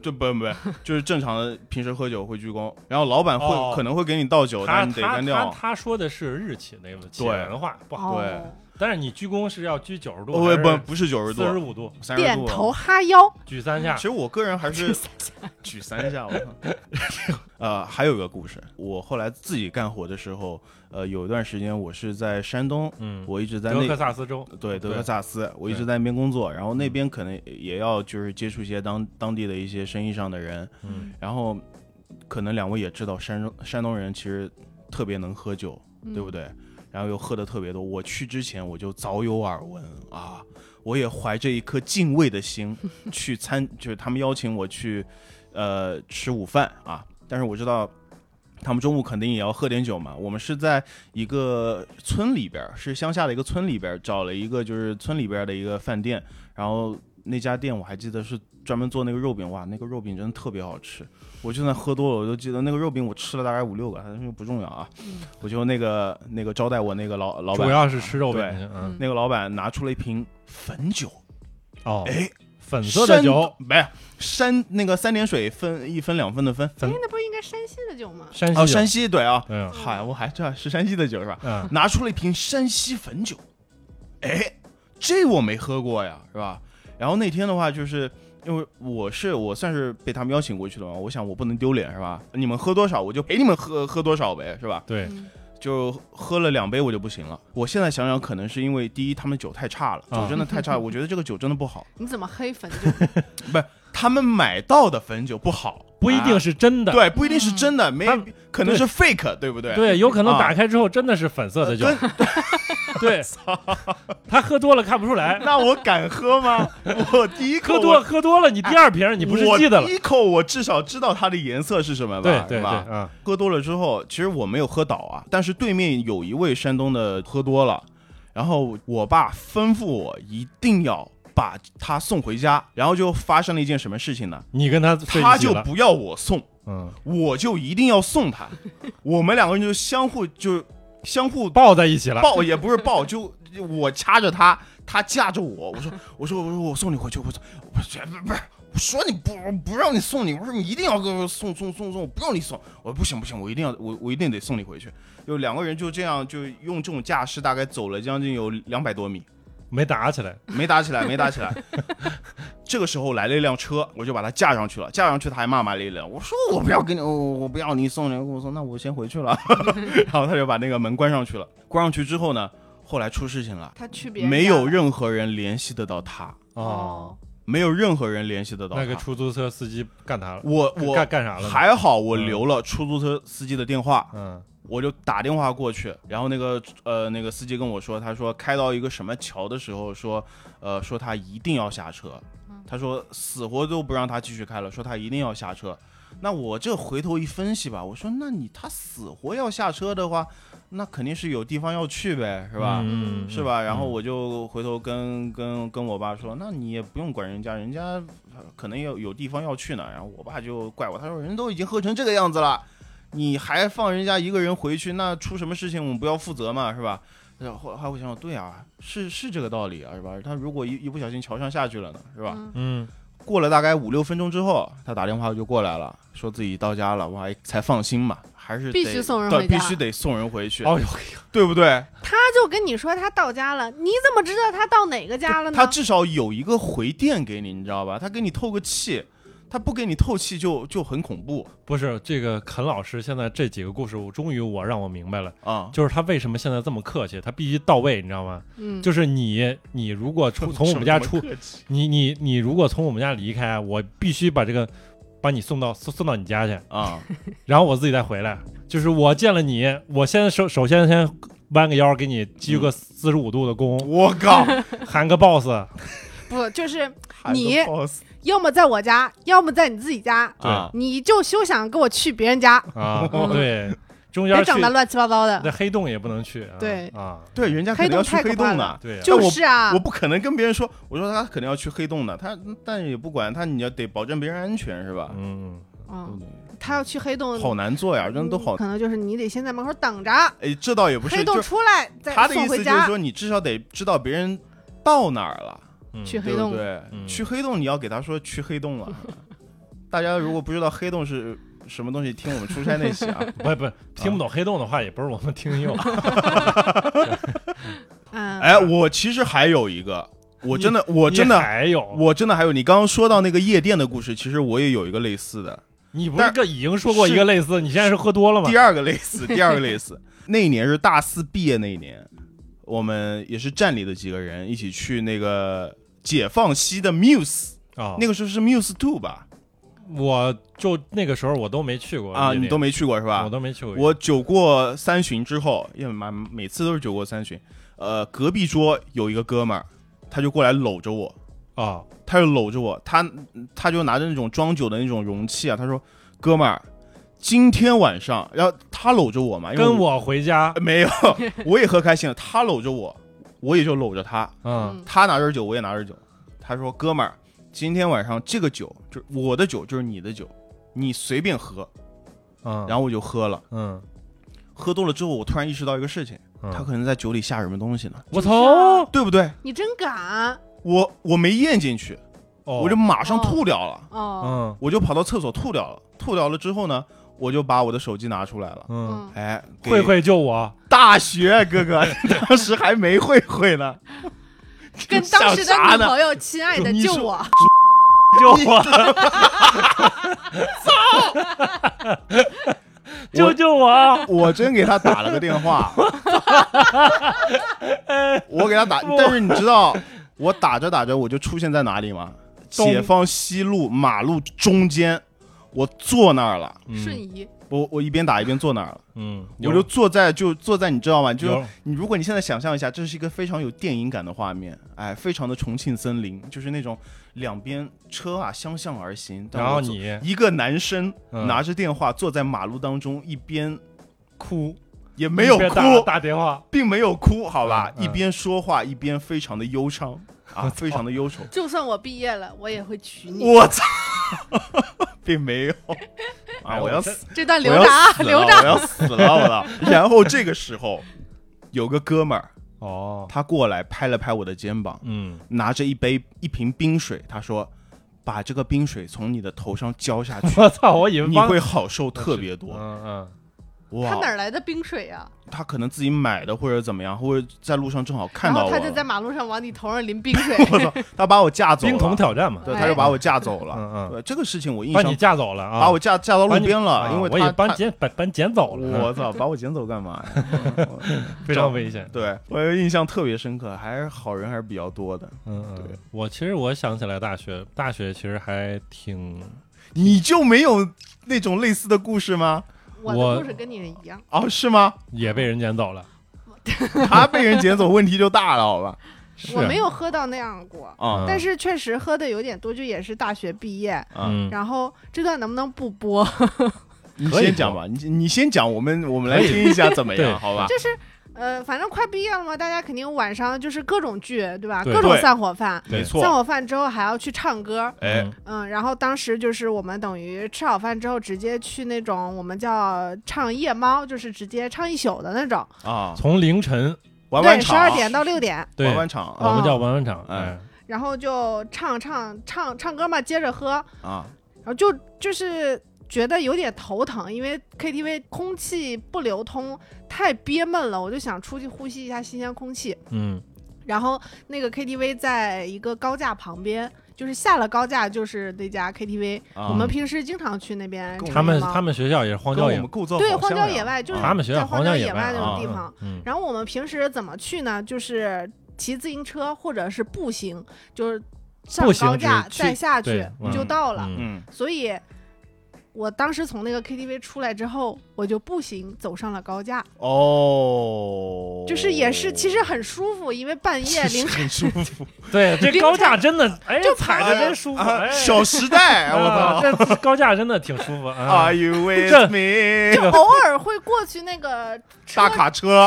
就不不就是正常的平时喝酒会鞠躬，然后老板会、 哦、 可能会给你倒酒，但是你得他干掉。 他他说的是日企那个企业文化不好， 对。 哦、 但是你鞠躬是要鞠九十度， 不不不是九十度， 四十五度， 三十度， 点头哈腰， 举三下。 其实我个人还是举三下，我呃，还有一个故事，我后来自己干活的时候，呃，有一段时间我是在山东， 嗯， 我一直在那德克萨斯州， 对德克萨斯，我一直在那边工作，然后那边可能也要就是接触一些当当地的一些生意上的人， 嗯， 然后可能两位也知道山东山东人其实特别能喝酒， 嗯、 对不对？然后又喝的特别多，我去之前我就早有耳闻啊，我也怀着一颗敬畏的心去参，就是他们邀请我去，呃，吃午饭啊。但是我知道他们中午肯定也要喝点酒嘛。我们是在一个村里边，是乡下的一个村里边，找了一个就是村里边的一个饭店，然后那家店我还记得是专门做那个肉饼，哇，那个肉饼真的特别好吃。我就算喝多了，我都记得那个肉饼我吃了大概五六个，但是不重要啊。嗯、我就那个那个招待我那个老老板， 主要是吃肉饼。 对， 嗯， 那个老板拿出了一瓶汾酒。 哦， 哎， 粉色的酒， 没山那个三点水分一分两分的分。 哎，那不是应该山西的酒吗？ 山西哦，山西对啊。 嗯， 嗨，我还知道是山西的酒是吧？ 嗯， 拿出了一瓶山西汾酒。哎，这我没喝过呀，是吧？然后那天的话就是。因为我是我算是被他们邀请过去的嘛，我想我不能丢脸是吧？你们喝多少我就陪你们喝喝多少呗，是吧？ 对， 就喝了两杯我就不行了。我现在想想，可能是因为第一他们酒太差了，酒真的太差了，我觉得这个酒真的不好。 你怎么黑汾酒？ 不是他们买到的汾酒不好， 不一定是真的， 啊、对，不一定是真的，没可能是 fake， 对不对？ 对，有可能打开之后真的是粉色的酒。啊、对，他喝多了看不出来。 那我敢喝吗？我第一口喝多喝多了，你第二瓶你不是记得了？ 我第一口我至少知道它的颜色是什么吧？ 对对对吧？ 嗯， 喝多了之后，其实我没有喝倒啊，但是对面有一位山东的喝多了，然后我爸吩咐我一定要把他送回家，然后就发生了一件什么事情呢？ 你跟他他就不要我送， 嗯， 我就一定要送他，我们两个人就相互就相互抱在一起了， 抱也不是抱，就我掐着他，他架着我，我说我说我说我送你回去，我说我说不是。我说你不不让你送你，我说你一定要给我送送送送，不让你送，我说不行不行，我一定要我我一定得送你回去。就两个人就这样就用这种架势，大概走了将近有两百多米， 没打起来， 没打起来，没打起来。这个时候来了一辆车，我就把他架上去了，架上去他还骂骂咧咧，我说我不要给你，我我不要你送你，我说那我先回去了。然后他就把那个门关上去了，关上去之后呢，后来出事情了， 他去别人没有任何人联系得到他哦。 没有任何人联系得到他。 那个出租车司机干他了， 我我干干啥了？ 还好我留了出租车司机的电话， 嗯， 我就打电话过去，然后那个呃那个司机跟我说，他说开到一个什么桥的时候，说呃说他一定要下车，他说死活都不让他继续开了，说他一定要下车。那我这回头一分析吧，我说那你他死活要下车的话，那肯定是有地方要去呗，是吧？ 嗯， 是吧？然后我就回头跟跟跟我爸说，那你也不用管人家，人家可能有有地方要去呢。然后我爸就怪我，他说人都已经喝成这个样子了，你还放人家一个人回去，那出什么事情我们不要负责嘛，是吧？后来我想想，对啊，是是这个道理啊，是吧？他如果一一不小心桥上下去了呢，是吧？ 嗯。 过了大概五六分钟之后，他打电话就过来了，说自己到家了，我还才放心嘛，还是必须送人回家， 对，必须得送人回去， 哦呦， 对不对？ 他就跟你说他到家了，你怎么知道他到哪个家了呢？ 他至少有一个回电给你，你知道吧？他给你透个气，他不给你透气就就很恐怖。 不是这个肯老师现在这几个故事，我终于我让我明白了啊、嗯， 就是他为什么现在这么客气，他必须到位，你知道吗？ 嗯， 就是你你如果从从我们家出，你你你如果从我们家离开，我必须把这个把你送到送送到你家去啊、 嗯，然后我自己再回来。就是我见了你，我先首首先先弯个腰给你鞠个四十五度的躬， 我靠， 喊个 boss， 不就是你。要么在我家，要么在你自己家， 啊， 你就休想跟我去别人家啊！对，中间别整的乱七八糟的。 那黑洞也不能去，啊、 对啊， 对，人家肯定要去黑洞的， 对、啊， 就是啊我，我不可能跟别人说，我说他肯定要去黑洞的，他但也不管他，你要得保证别人安全，是吧？ 嗯嗯，他要去黑洞， 好难做呀，真的都好， 可能就是你得先在门口等着， 哎，这倒也不是， 黑洞出来再他的意思就是说，你至少得知道别人到哪儿了。 去黑洞， 对不对？ 嗯、 去黑洞，你要给他说去黑洞了， 大家如果不知道黑洞是什么东西，听我们出差那期啊， 不不听不懂黑洞的话，也不是我们听友。 嗯， 哎，我其实还有一个，我真的我真的还有， 我真的还有，你刚刚说到那个夜店的故事，其实我也有一个类似的。 你不是个已经说过一个类似，你现在是喝多了吗？ 第二个类似，第二个类似，那一年是大四毕业那一年，我们也是站里的几个人一起去那个解放西的 Muse 啊、哦， 那个时候是 Muse Two 吧？ 我就那个时候我都没去过啊，你都没去过是吧？ 我都没去过。 我酒过三巡之后，因为妈每次都是酒过三巡。呃，隔壁桌有一个哥们儿，他就过来搂着我啊、哦， 他就搂着我，他他就拿着那种装酒的那种容器啊，他说：“哥们儿，今天晚上，然后他搂着我嘛，因为我跟我回家没有，我也喝开心了，他搂着我，我也就搂着他， 嗯， 他拿着酒，我也拿着酒。他说：哥们儿。”今天晚上这个酒就是我的酒，就是你的酒，你随便喝， 嗯， 然后我就喝了， 嗯， 喝多了之后，我突然意识到一个事情， 嗯、 他可能在酒里下什么东西呢？ 我操， 对不对？ 你真敢！ 我我没咽进去， 哦、 我就马上吐掉了， 哦， 嗯， 我就跑到厕所吐掉了，吐掉了之后呢，我就把我的手机拿出来了， 嗯， 哎， 慧慧救我， 大学哥哥，当时还没慧慧呢。 跟当时的女朋友亲爱的救我， 救我， 操！ 救救我！ 我真给他打了个电话，我给他打，但是你知道我打着打着我就出现在哪里吗？解放西路马路中间，我坐那儿了， 瞬移。 我我一边打一边坐那儿了， 嗯， 我就坐在就坐在你知道吗？就你如果你现在想象一下，这是一个非常有电影感的画面，哎，非常的重庆森林，就是那种两边车啊相向而行， 然后你一个男生拿着电话坐在马路当中，一边哭也没有哭， 打电话并没有哭，好吧， 嗯嗯、 一边说话一边非常的忧伤啊，非常的忧愁。 就算我毕业了，我也会娶你。 我操，并没有。啊！我要死， 这段留着啊，留着， 我要死了，我操！然后这个时候，有个哥们儿哦， 他过来拍了拍我的肩膀， 嗯， 拿着一杯一瓶冰水，他说：“把这个冰水从你的头上浇下去。” 我操！我以为你会好受特别多。 嗯嗯。 哇！ 他哪来的冰水啊？ 他可能自己买的，或者怎么样，或者在路上正好看到我， 然后他就在马路上往你头上淋冰水。 我操！他把我架走了， 冰桶挑战嘛， 对，他就把我架走了。 嗯嗯， 对，这个事情我印象把你架走了啊， 把我架架到路边了，因为我也把捡把把你捡走了。 我操，把我捡走干嘛呀？ 非常危险。 对，我印象特别深刻，还是好人还是比较多的。 嗯，对，我其实我想起来大学，大学其实还挺， 你就没有那种类似的故事吗？ 我的故事跟你一样哦，是吗？ 也被人捡走了， 他被人捡走，问题就大了，好吧？ 我没有喝到那样过啊， 但是确实喝的有点多，就也是大学毕业。 嗯， 然后这段能不能不播？ 你先讲吧，你你先讲，我们我们来听一下怎么样，好吧？ 就是。呃，反正快毕业了嘛，大家肯定晚上就是各种聚，对吧？ 对各种散伙饭， 没错。 散伙饭之后还要去唱歌， 哎， 嗯，然后当时就是我们等于吃好饭之后，直接去那种我们叫唱夜猫，就是直接唱一宿的那种啊， 从凌晨玩玩场， 对，十二点到六点， 对， 玩玩场， 我们叫玩玩场，哎， 然后就唱唱唱唱歌嘛，接着喝啊， 然后就就是觉得有点头疼，因为 K T V 空气不流通，太憋闷了，我就想出去呼吸一下新鲜空气。 嗯， 然后那个 K T V 在一个高架旁边，就是下了高架就是那家 K T V，、啊、我们平时经常去那边。 他们他们学校也是荒郊野外， 对，荒郊野外就是他们学校荒郊野外那种地方、 啊嗯。 然后我们平时怎么去呢？就是骑自行车或者是步行，就是上高架再下去就到了。 嗯， 所以。我当时从那个 K T V 出来之后，我就步行走上了高架。 哦， 就是也是，其实很舒服，因为半夜凌晨很舒服。 对，这高架真的，哎，就踩着真舒服。 哎、小时代，我操， 这高架真的挺舒服。 Are you with me？ 就偶尔会过去那个大卡车， 车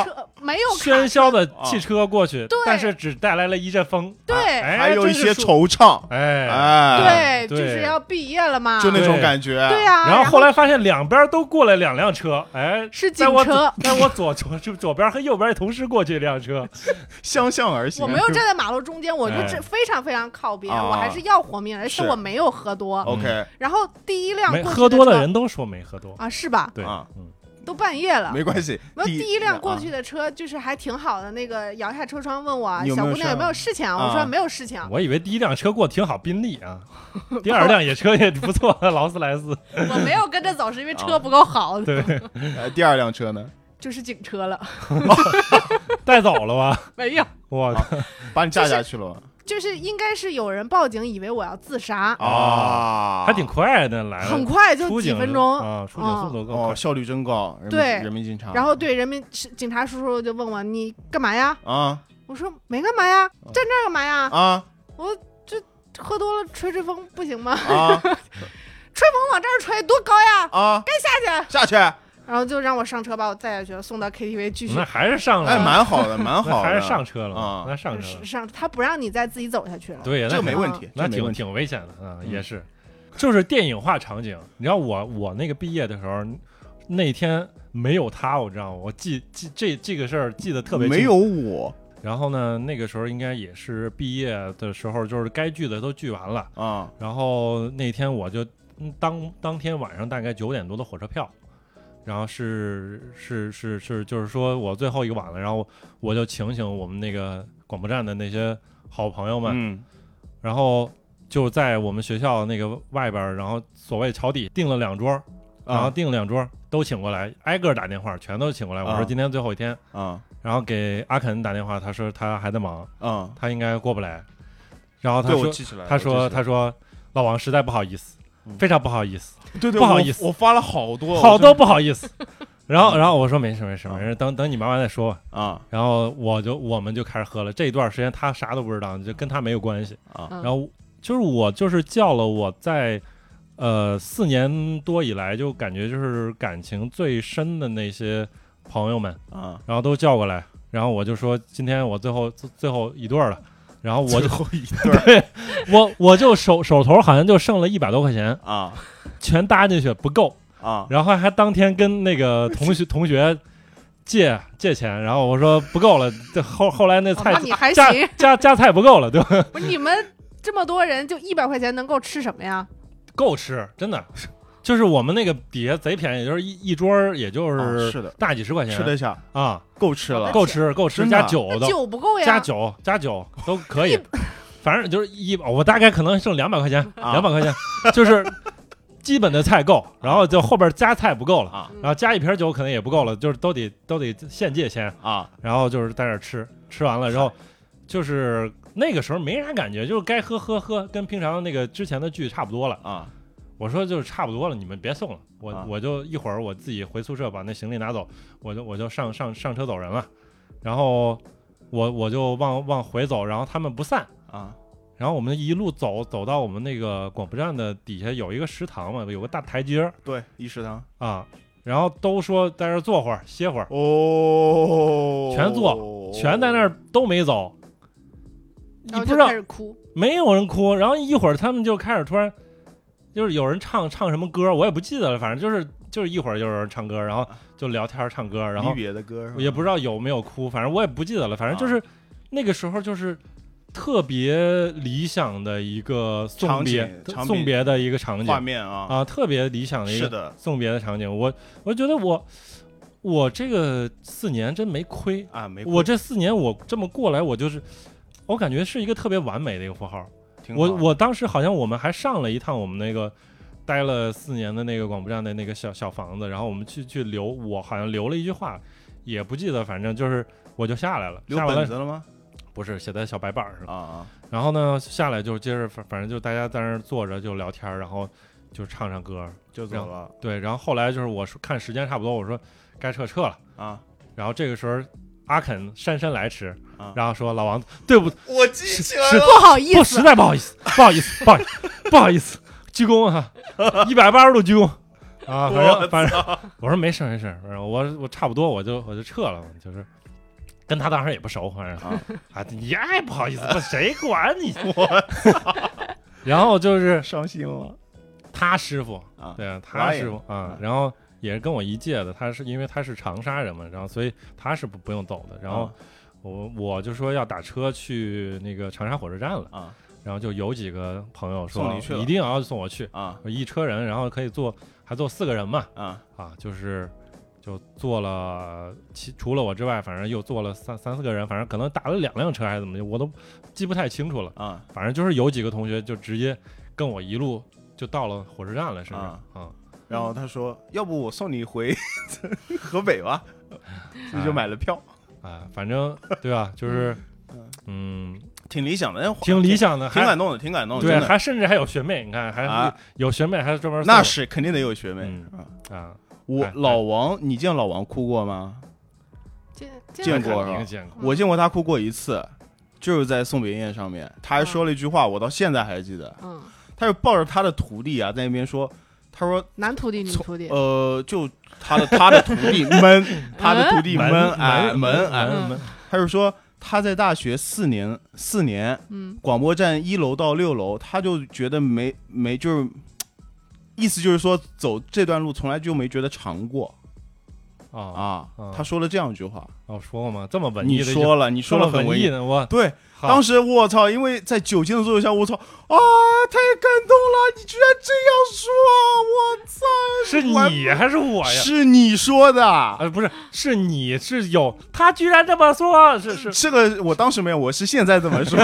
没有喧嚣的汽车过去， 对但是只带来了一阵风， 对， 哎， 还有一些惆惆怅， 哎哎， 对，就是要毕业了嘛， 就那种感觉， 对呀。 然后后来发现两边都过来两辆车，哎， 是警车， 在我左左就左边和右边同时过去一辆车， 相向而行。 我没有站在马路中间，我就这非常非常靠边，我还是要活命，而且我没有喝多。 OK。 然后第一辆过去的喝多的人都说没喝多啊，是吧？ 对啊， 嗯。 都半夜了， 没关系。 没有第一辆过去的车就是还挺好的，那个摇下车窗问我小姑娘有没有事情，我说没有事情。 我以为第一辆车过挺好，宾利啊，第二辆也车也不错，劳斯莱斯。 我没有跟着走，是因为车不够好。 对， 第二辆车呢？ 就是警车了， 带走了吧？ 没有， 我把你架下去了。 就是应该是有人报警，以为我要自杀啊， 还挺快的来了， 很快就几分钟啊，出警速度高， 效率真高。 对， 人民警察。 然后对人民警察叔叔就问我你干嘛呀？ 啊， 我说没干嘛呀，站这儿干嘛呀？ 啊， 我就喝多了吹吹风不行吗？ 啊， 吹风往这儿吹多高呀？ 啊， 该下去， 下去。 然后就让我上车把我载下去了，送到 K T V 继续。 那还是上了， 哎，蛮好的，蛮好的， 还是上车了啊， 那上车了。 上他不让你再自己走下去了。 对， 这没问题， 那挺挺危险的啊，也是，就是电影化场景。你知道我我那个毕业的时候，那天没有他，我知道我记记这这个事儿记得特别清。 没有我。 然后呢，那个时候应该也是毕业的时候，就是该聚的都聚完了啊。 然后那天我就当当天晚上大概九点多的火车票。然后是是是是，就是说我最后一个晚了，然后我就请请我们那个广播站的那些好朋友们， 嗯， 然后就在我们学校那个外边，然后所谓桥底订了两桌，然后订了两桌都请过来，挨个打电话，全都请过来。我说今天最后一天啊， 然后给阿肯打电话，他说他还在忙， 啊， 他应该过不来。然后他说他说他说老王实在不好意思，非常不好意思。 对对， 不好意思， 我发了好多， 好多不好意思。然后，然后我说没事没事没事，等等你忙完再说啊。 然后我就我们就开始喝了。这一段时间他啥都不知道，就跟他没有关系啊。 然后就是我就是叫了我在呃四年多以来就感觉就是感情最深的那些朋友们啊， 然后都叫过来，然后我就说今天我最后最后一对了。然后我就最后一对， 对我我就手手头好像就剩了一百多块钱啊， 全搭进去不够啊， 然后还当天跟那个同学同学借借钱，然后我说不够了，这后后来那菜加加加菜不够了，对吧？ 不是你们这么多人，就一百块钱能够吃什么呀？ 够吃，真的。就是我们那个底下贼便宜，就是一一桌也就是是的大几十块钱， 吃得下啊， 够吃了， 够吃够吃，加酒都酒不够呀， 加酒加酒都可以，反正就是一我大概可能剩两百块钱，两百块钱就是基本的菜够，然后就后边加菜不够了啊， 然后加一瓶酒可能也不够了，就是都得都得现借钱啊， 然后就是在这吃，吃完了之后就是那个时候没啥感觉，就是该喝喝喝，跟平常那个之前的剧差不多了啊。 我说就是差不多了，你们别送了，我、 啊、 我就一会儿我自己回宿舍把那行李拿走，我就我就上上上车走人了，然后我我就往往回走，然后他们不散啊， 然后我们一路走走到我们那个广播站的底下有一个食堂嘛，有个大台阶， 对，一食堂啊，然后都说在这坐会儿歇会儿， 哦， 全坐，全在那儿都没走， 你不知道开始哭， 没有人哭，然后一会儿他们就开始突然。就是有人唱唱什么歌，我也不记得了，反正就是就是一会儿就有人唱歌，然后就聊天唱歌，然后离别的歌， 也不知道有没有哭，反正我也不记得了，反正就是、啊、那个时候就是特别理想的一个送别送别的一个场景画面啊啊，特别理想的一个送别的场景。我我觉得我我这个四年真没亏啊，没亏。 我这四年我这么过来，我就是我感觉是一个特别完美的一个符号。我我当时好像我们还上了一趟我们那个待了四年的那个广播站的那个小小房子，然后我们去去留，我好像留了一句话，也不记得，反正就是我就下来了。 留本子了吗？ 不是，写在小白板上啊。 然后呢，下来就接着反反正就大家在那儿坐着就聊天，然后就唱唱歌就走了。 对，然后后来就是我说看时间差不多，我说该撤撤了啊。 然后这个时候。阿肯姗姗来迟， 啊、 然后说：“老王，对不？ 我记起来了， 不好意思， 不，实在不好意思，不好意思，不好意思，不好意思，鞠躬啊，一百八十度鞠躬啊，反正反正，我说没事没事，反正我我差不多我就我就撤了，就是， 跟他当时也不熟，反正啊啊，你哎不好意思，不谁管你？我然后就是伤心了他师傅啊， 对啊，他师傅啊啊， 然后也是跟我一届的，他是因为他是长沙人嘛，然后所以他是不不用走的，然后。 啊我我就说要打车去那个长沙火车站了啊， 然后就有几个朋友说送你去了一定要送我去啊， 一车人，然后可以坐还坐四个人嘛啊啊，就是就坐了其除了我之外，反正又坐了三三四个人，反正可能打了两辆车还是怎么的，我都记不太清楚了啊， 反正就是有几个同学就直接跟我一路就到了火车站了，是不是啊啊？ 然后他说要不我送你回河北吧，所以就买了票。 啊，反正对吧？就是嗯， 挺理想的， 挺理想的，还挺感动的，挺感动的。 对，还甚至还有学妹，你看，还啊有学妹，还专门那是肯定得有学妹嗯啊。 啊， 我老王，你见老王哭过吗？ 见见过是吧？ 见过， 我见过他哭过一次，就是在送别宴上面，他还说了一句话，我到现在还记得。 嗯， 他就抱着他的徒弟啊，在那边说，他说男徒弟女徒弟， 呃，就他的他的徒弟闷，他的徒弟闷，哎闷哎闷。 他就说他在大学四年四年， 嗯， 广播站一楼到六楼，他就觉得没没就是，意思就是说走这段路从来就没觉得长过。 啊啊！他说了这样一句话。 哦，说过吗？这么文艺你说了，你说了很文艺的，我对。当时我操，因为在酒精的作用下，我操啊，太感动了！你居然这样说，我操！ 是你还是我呀？ 是你说的， 呃，不是，是你是有他居然这么说，是是这个我当时没有，我是现在这么说。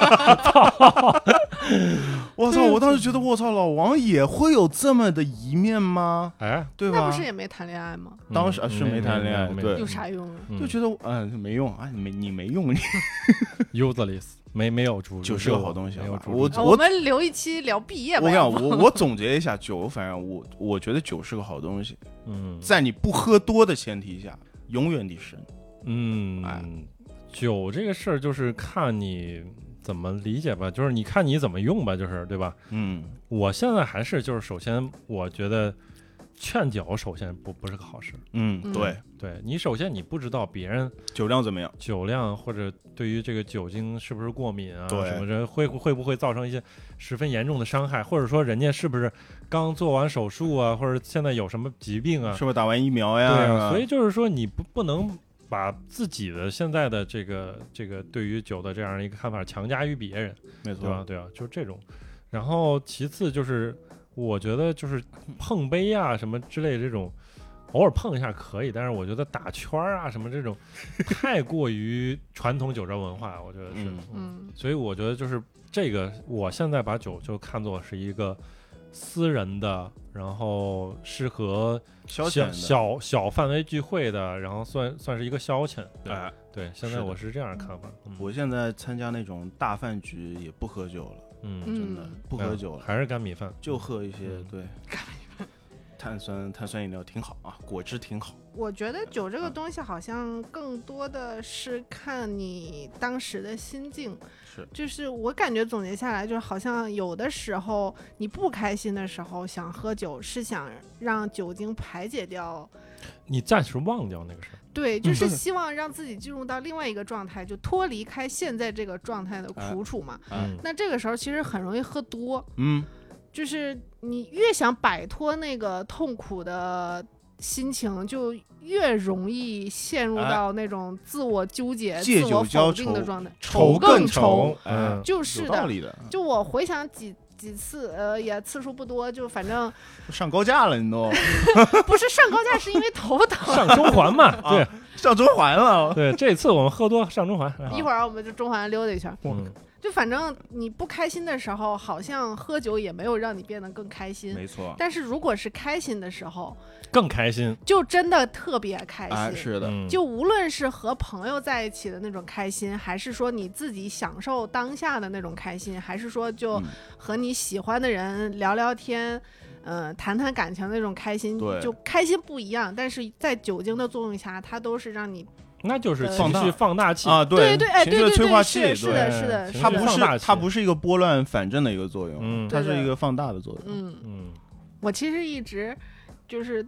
我操！我当时觉得，我操，老王也会有这么的一面吗？ 哎， 对吧？ 那不是也没谈恋爱吗？ 当时是没谈恋爱，对， 有啥用啊？ 就觉得嗯没用啊，没你没用你。 useless 没没有助， 酒是个好东西。 我我我们留一期聊毕业吧。 我讲我我总结一下酒，反正我我觉得酒是个好东西。 嗯， 在你不喝多的前提下，永远得深。 嗯， 哎， 酒这个事儿就是看你怎么理解吧，就是你看你怎么用吧，就是对吧？ 嗯， 我现在还是就是首先我觉得劝酒首先不不是个好事。 嗯，对对，你首先你不知道别人酒量怎么样， 酒量或者对于这个酒精是不是过敏啊， 对什么的会会不会造成一些十分严重的伤害，或者说人家是不是刚做完手术啊，或者现在有什么疾病啊， 是不是打完疫苗呀？ 对啊，所以就是说你不不能把自己的现在的这个这个对于酒的这样一个看法强加于别人， 没错， 对吧？对啊，就是这种。然后其次就是我觉得就是碰杯啊什么之类的这种，偶尔碰一下可以，但是我觉得打圈啊什么这种太过于传统酒桌文化，我觉得是， 嗯嗯， 所以我觉得就是这个，我现在把酒就看作是一个私人的，然后适合消遣小小范围聚会的，然后算算是一个消遣。对、 哎、 对，现在我是这样的看法。 嗯、我现在参加那种大饭局也不喝酒了， 嗯， 真的不喝酒了， 还是干米饭， 就喝一些、 嗯、 对。碳酸碳酸饮料挺好啊，果汁挺好。 我觉得酒这个东西好像更多的是看你当时的心境， 是， 就是我感觉总结下来，就是好像有的时候你不开心的时候想喝酒，是想让酒精排解掉， 你暂时忘掉那个事儿。 对，就是希望让自己进入到另外一个状态，就脱离开现在这个状态的苦楚嘛。 嗯、 那这个时候其实很容易喝多。 嗯。 就是你越想摆脱那个痛苦的心情，就越容易陷入到那种自我纠结、 哎、 自我否定的状态， 愁更愁。 嗯， 就是的。道理的。 就我回想几几次，呃，也次数不多，就反正上高架了，你都不是上高架，是因为头疼。 上中环嘛，对， 啊、上中环了。 对，这次我们喝多上中环， 一会儿我们就中环溜达一圈。 嗯。 就反正你不开心的时候，好像喝酒也没有让你变得更开心。 没错。 但是如果是开心的时候， 更开心， 就真的特别开心。 哎、是的、 嗯。 就无论是和朋友在一起的那种开心，还是说你自己享受当下的那种开心，还是说就和你喜欢的人聊聊天，嗯、呃，谈谈感情的那种开心，就开心不一样。但是在酒精的作用下，它都是让你。 那就是情绪放大器啊， 对对哎， 情绪的催化器， 是的，是的， 它不是它不是一个拨乱反正的一个作用， 嗯， 它是一个放大的作用， 嗯嗯。 我其实一直就是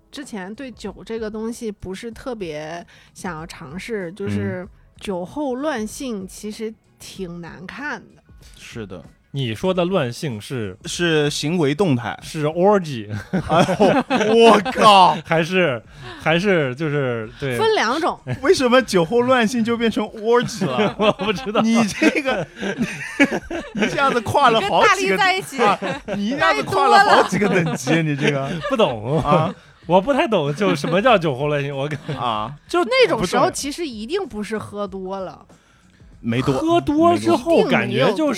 之前对酒这个东西不是特别想要尝试，就是酒后乱性其实挺难看的。 是的， 你说的乱性是是行为动态， 是 orgy， 哎呦，我靠， 还是还是就是对？ 分两种， 为什么酒后乱性就变成 orgy 了？ 我不知道。 你这个你一下子跨了好几个， 跟大力在一起， 啊、你一下子跨了好几个等级，你这个不懂啊。 我不太懂，就什么叫酒后乱性？我啊， 就那种时候，其实一定不是喝多了， 没多， 喝多之后感觉就是，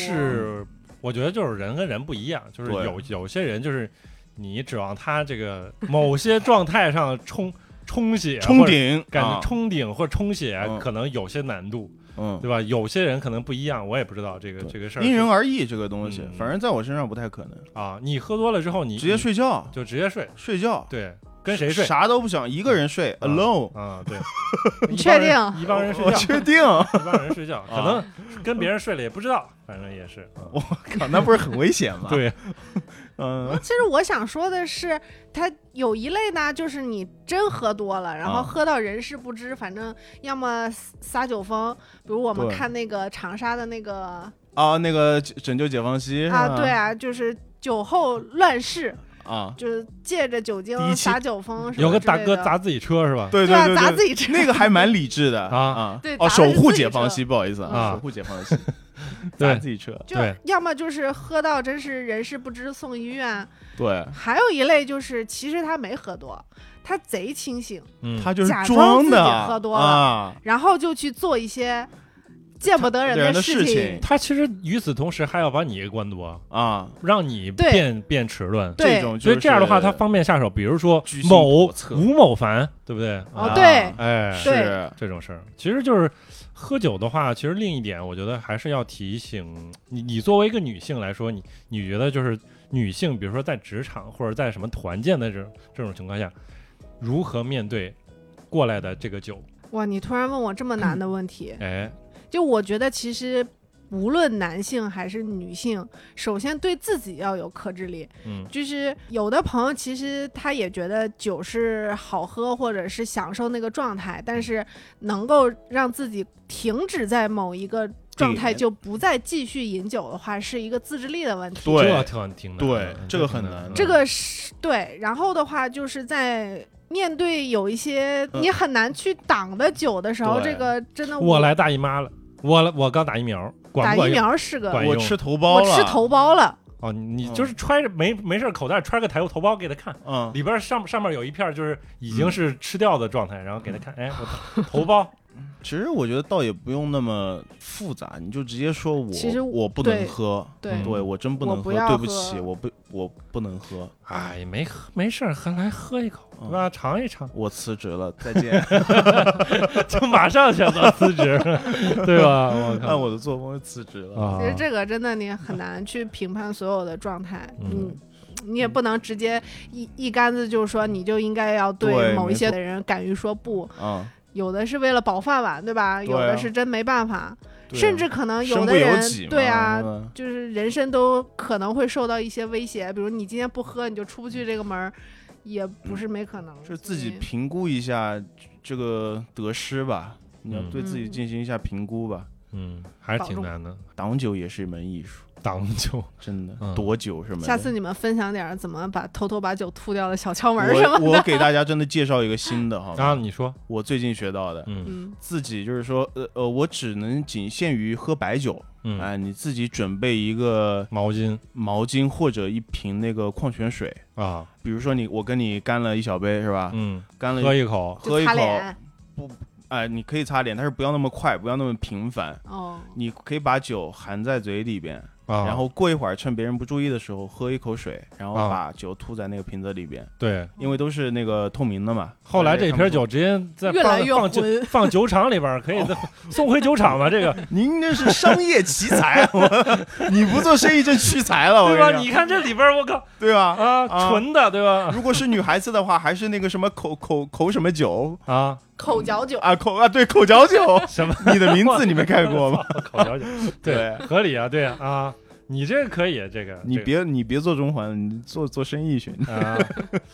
我觉得就是人跟人不一样，就是有有些人就是你指望他这个某些状态上冲冲血、 冲顶， 感觉冲顶或者冲血、 啊、 可能有些难度。 嗯， 对吧？有些人可能不一样，我也不知道这个这个事儿， 因人而异。这个东西， 嗯、 反正在我身上不太可能啊。你喝多了之后，你直接睡觉， 就直接睡， 睡觉。 对，跟谁睡？ 啥都不想，一个人睡、 嗯、 ，alone。 啊，对。 你确定？ 一帮人睡觉， 我确定。 一帮人睡觉，可能跟别人睡了也不知道，反正也是。 我靠，那不是很危险吗？ 对。 嗯， 其实我想说的是，它有一类呢，就是你真喝多了，然后喝到人事不知，啊、反正要么撒酒疯，比如我们看那个长沙的那个啊，那个拯救解放西啊，对啊，就是酒后乱世。 啊， 就是借着酒精撒酒疯， 有个大哥砸自己车是吧？ 对对对， 砸自己车， 那个还蛮理智的啊啊。 对， 哦，守护解放西，不好意思啊，守护解放西，砸自己车。 就要么就是喝到真是人事不知送医院。 对， 还有一类就是其实他没喝多，他贼清醒， 嗯， 他就是假装自己的喝多了， 啊、 然后就去做一些见不得人的事情。 情他其实与此同时还要把你给灌多啊， 让你变变齿轮。 这种、就是， 所以这样的话，他方便下手。比如说某吴某凡，对不对？ 哦，对， 啊、哎， 是这种事儿。其实就是喝酒的话，其实另一点，我觉得还是要提醒你，你作为一个女性来说，你你觉得就是女性，比如说在职场或者在什么团建的这种这种情况下，如何面对过来的这个酒？ 哇，你突然问我这么难的问题， 哎。 就我觉得，其实无论男性还是女性，首先对自己要有克制力。 嗯， 就是有的朋友其实他也觉得酒是好喝，或者是享受那个状态，但是能够让自己停止在某一个状态就不再继续饮酒的话，是一个自制力的问题。 对， 这挺挺难。 对，这个很难。 这个是对。然后的话，就是在面对有一些你很难去挡的酒的时候， 嗯、 这个真的我, 我来大姨妈了。我我刚打疫苗， 打疫苗是个我吃头孢了， 我吃头孢了。 哦，你就是揣着、嗯、没没事口袋揣个头头孢给他看， 嗯， 里边上上面有一片就是已经是吃掉的状态，嗯、然后给他看，哎，我头孢。 其实我觉得倒也不用那么复杂，你就直接说我其实我不能喝， 对， 对, 对我真不能喝， 不喝对不起，我不我不能喝。 哎，没喝没事，还来喝一口，对吧？嗯、尝一尝。 我辞职了，再见。 就马上选择辞职，对吧？我按我的作风辞职了。 啊、 其实这个真的你很难去评判所有的状态， 嗯。 嗯你也不能直接一一竿子就是说你就应该要对某一些的人敢于说不， 嗯， 有的是为了饱饭碗，对吧？有的是真没办法， 啊、 甚至可能有的人对啊， 嗯、 就是人身都可能会受到一些威胁，比如你今天不喝你就出不去这个门，也不是没可能。 就自己评估一下这个得失吧，你要对自己进行一下评估吧。 嗯，还是挺难的。 挡酒也是一门艺术。 挡酒真的、 嗯、 躲酒什么的， 下次你们分享点怎么把偷偷把酒吐掉的小窍门什么的。 我, 我给大家真的介绍一个新的哈啊，你说我最近学到的， 嗯， 自己就是说呃呃，我只能仅限于喝白酒， 嗯， 哎，你自己准备一个毛巾毛巾或者一瓶那个矿泉水啊， 比如说你我跟你干了一小杯是吧？ 嗯， 干了喝一口， 喝一口不。哎，你可以擦脸，但是不要那么快，不要那么频繁。 哦， 你可以把酒含在嘴里边， 啊、 然后过一会儿趁别人不注意的时候喝一口水，然后把酒吐在那个瓶子里边。 对、 啊，因为都是那个透明的嘛。 后来这瓶酒直接在越来越放酒放酒厂里边，可以送回酒厂吧？这个您这是商业奇才，你不做生意真屈才了， 对吧？你看这里边，我靠， 对吧？ 啊，啊纯的，对吧？ 如果是女孩子的话，还是那个什么口口口什么酒啊？ 口嚼酒啊，口啊，对，口嚼酒。 什么？ 你的名字你没看过吗？ 口嚼酒，对，合理啊，对啊，啊，你这个可以，这个你别你别做中环，你做做生意去啊。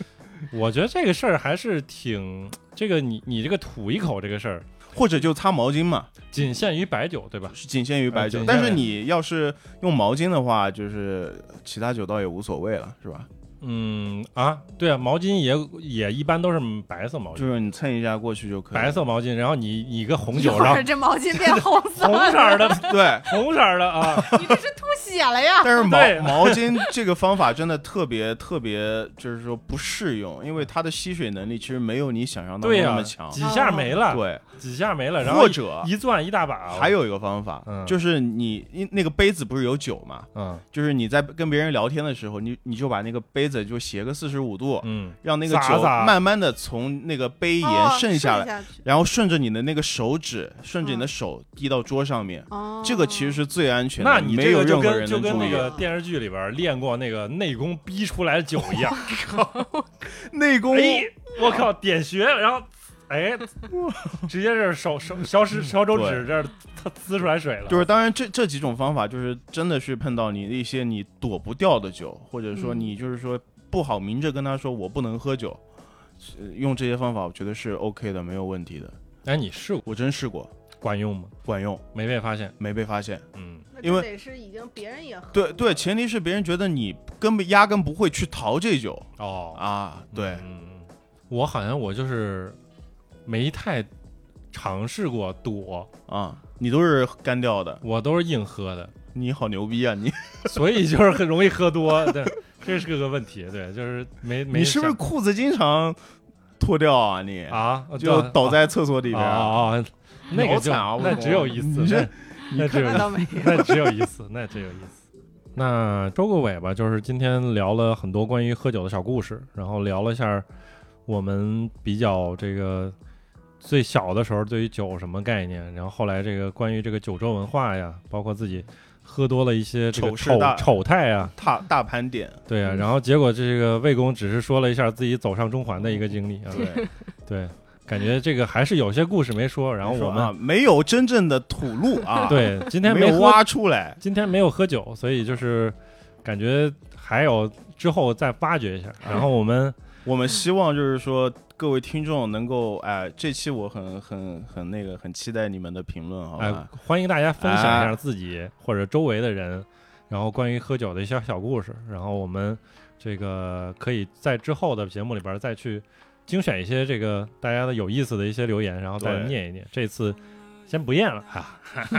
我觉得这个事儿还是挺这个你你这个吐一口这个事儿， 或者就擦毛巾嘛， 仅限于白酒对吧？ 是仅限于白酒、 呃、 但是你要是用毛巾的话，就是其他酒倒也无所谓了，是吧？ 嗯啊，对啊，毛巾也也一般都是白色毛巾， 就是你蹭一下过去就可以。 白色毛巾，然后你你一个红酒， 一会儿这毛巾变红色， 红色的， 对， 红色的啊！ 你这是吐血了呀！ 但是毛毛巾这个方法真的特别特别，就是说不适用，因为它的吸水能力其实没有你想象当中那么强， 几下没了， 对， 几下没了，然后或者一攥一大把。 还有一个方法， 嗯、 就是你那个杯子不是有酒嘛， 嗯， 就是你在跟别人聊天的时候，你你就把那个杯子就斜个四十五度， 嗯， 让那个酒慢慢的从那个杯沿渗下来， 哦、 然后顺着你的那个手指，顺着你的手滴到桌上面， 哦、 这个其实是最安全的。 那你这个就跟就跟那个电视剧里边练过那个内功逼出来的酒一样， 内功， 哎，我靠，点穴，然后。哎，直接是手手小指小手指这儿它滋出来水了。 就是当然这这几种方法，就是真的是碰到你一些你躲不掉的酒，或者说你就是说不好明着跟他说我不能喝酒，嗯、用这些方法我觉得是 OK 的，没有问题的。 哎，你试过？ 我真试过， 管用吗？ 管用， 没被发现， 没被发现。 嗯， 因为得是已经别人也喝。 对对，前提是别人觉得你根本压根不会去淘这酒。 哦啊，对， 嗯，我好像我就是。没太尝试过躲啊，你都是干掉的， 我都是硬喝的。 你好牛逼啊你！ 所以就是很容易喝多，对，这是个问题。对，就是没没。 你是不是裤子经常脱掉啊你？ 啊， 就倒在厕所里边啊啊！那个就啊， 那只有一次，那只有那只有一次，那只有一次。那收个尾吧，就是今天聊了很多关于喝酒的小故事，然后聊了一下我们比较这个。最小的时候对于酒什么概念，然后后来这个关于这个酒桌文化呀，包括自己喝多了一些这个丑丑态啊， 大大盘点， 对啊，然后结果这个魏公只是说了一下自己走上中环的一个经历啊， 对对，感觉这个还是有些故事没说，然后我们啊没有真正的吐露啊， 对，今天没有挖出来， 今天没有喝酒，所以就是感觉还有之后再挖掘一下，然后我们我们希望就是说。各位听众能够哎，这期我很很很那个很期待你们的评论，好吧、 哎？欢迎大家分享一下自己、哎、或者周围的人，然后关于喝酒的一些小故事，然后我们这个可以在之后的节目里边再去精选一些这个大家的有意思的一些留言，然后再念一念。这次先不念了啊！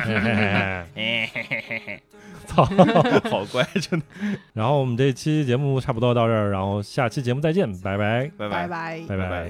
操， 好乖，真的。 然后我们这期节目差不多到这儿，然后下期节目再见，拜拜， 拜拜拜拜拜。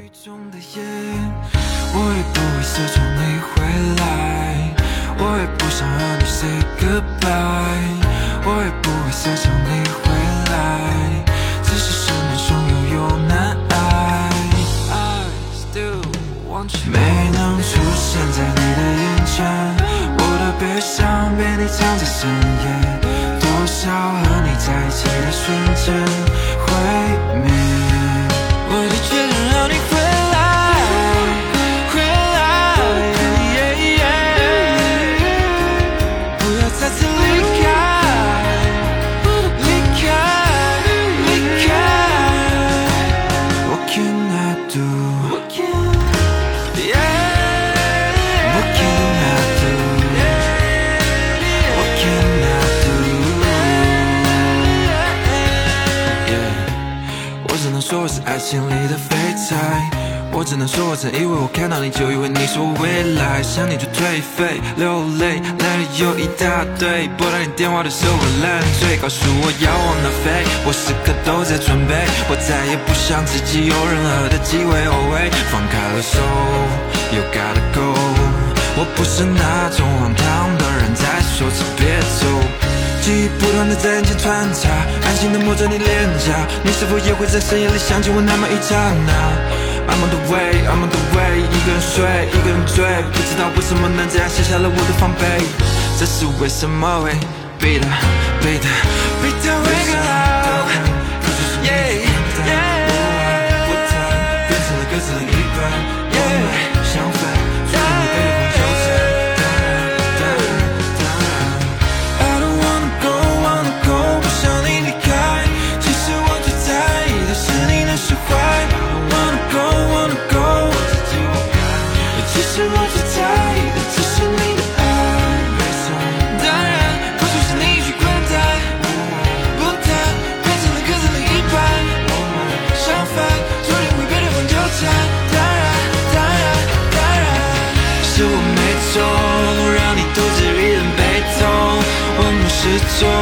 我也不会奢求你回来，我也不想和你 say goodbye， 我也不会奢求你回来，只是失眠中又有难挨。I still want you， 没能出现在你的眼前。悲伤被你藏在深夜，多少和你在一起的瞬间毁灭。我的决定让你回来，回来， yeah, yeah， 不要再次离开，离开，离开。What can I do？ 说我是爱情里的废材，我只能说我曾以为我看到你就以为你是我未来，想你就颓废流泪，来了有一大堆，拨打你电话的时候我烂醉，告诉我要往哪飞，我时刻都在准备，我再也不想自己有任何的机会后悔，放开了手 You gotta go， 我不是那种荒唐的人，再说次别走，记忆不断地在眼前穿插，安心地摸着你脸颊，你是否也会在深夜里想起我那么一刹那 I'm on the way, I'm on the way， 一个人睡，一个人醉，不知道为什么能这样卸下了我的防备，这是为什么会逼的逼的逼的会更好 Yeah, yeah， 不谈变成了各自的一半，我们相反，却不被对方纠缠。不想你离开，其实我最在意的是你能释怀。 做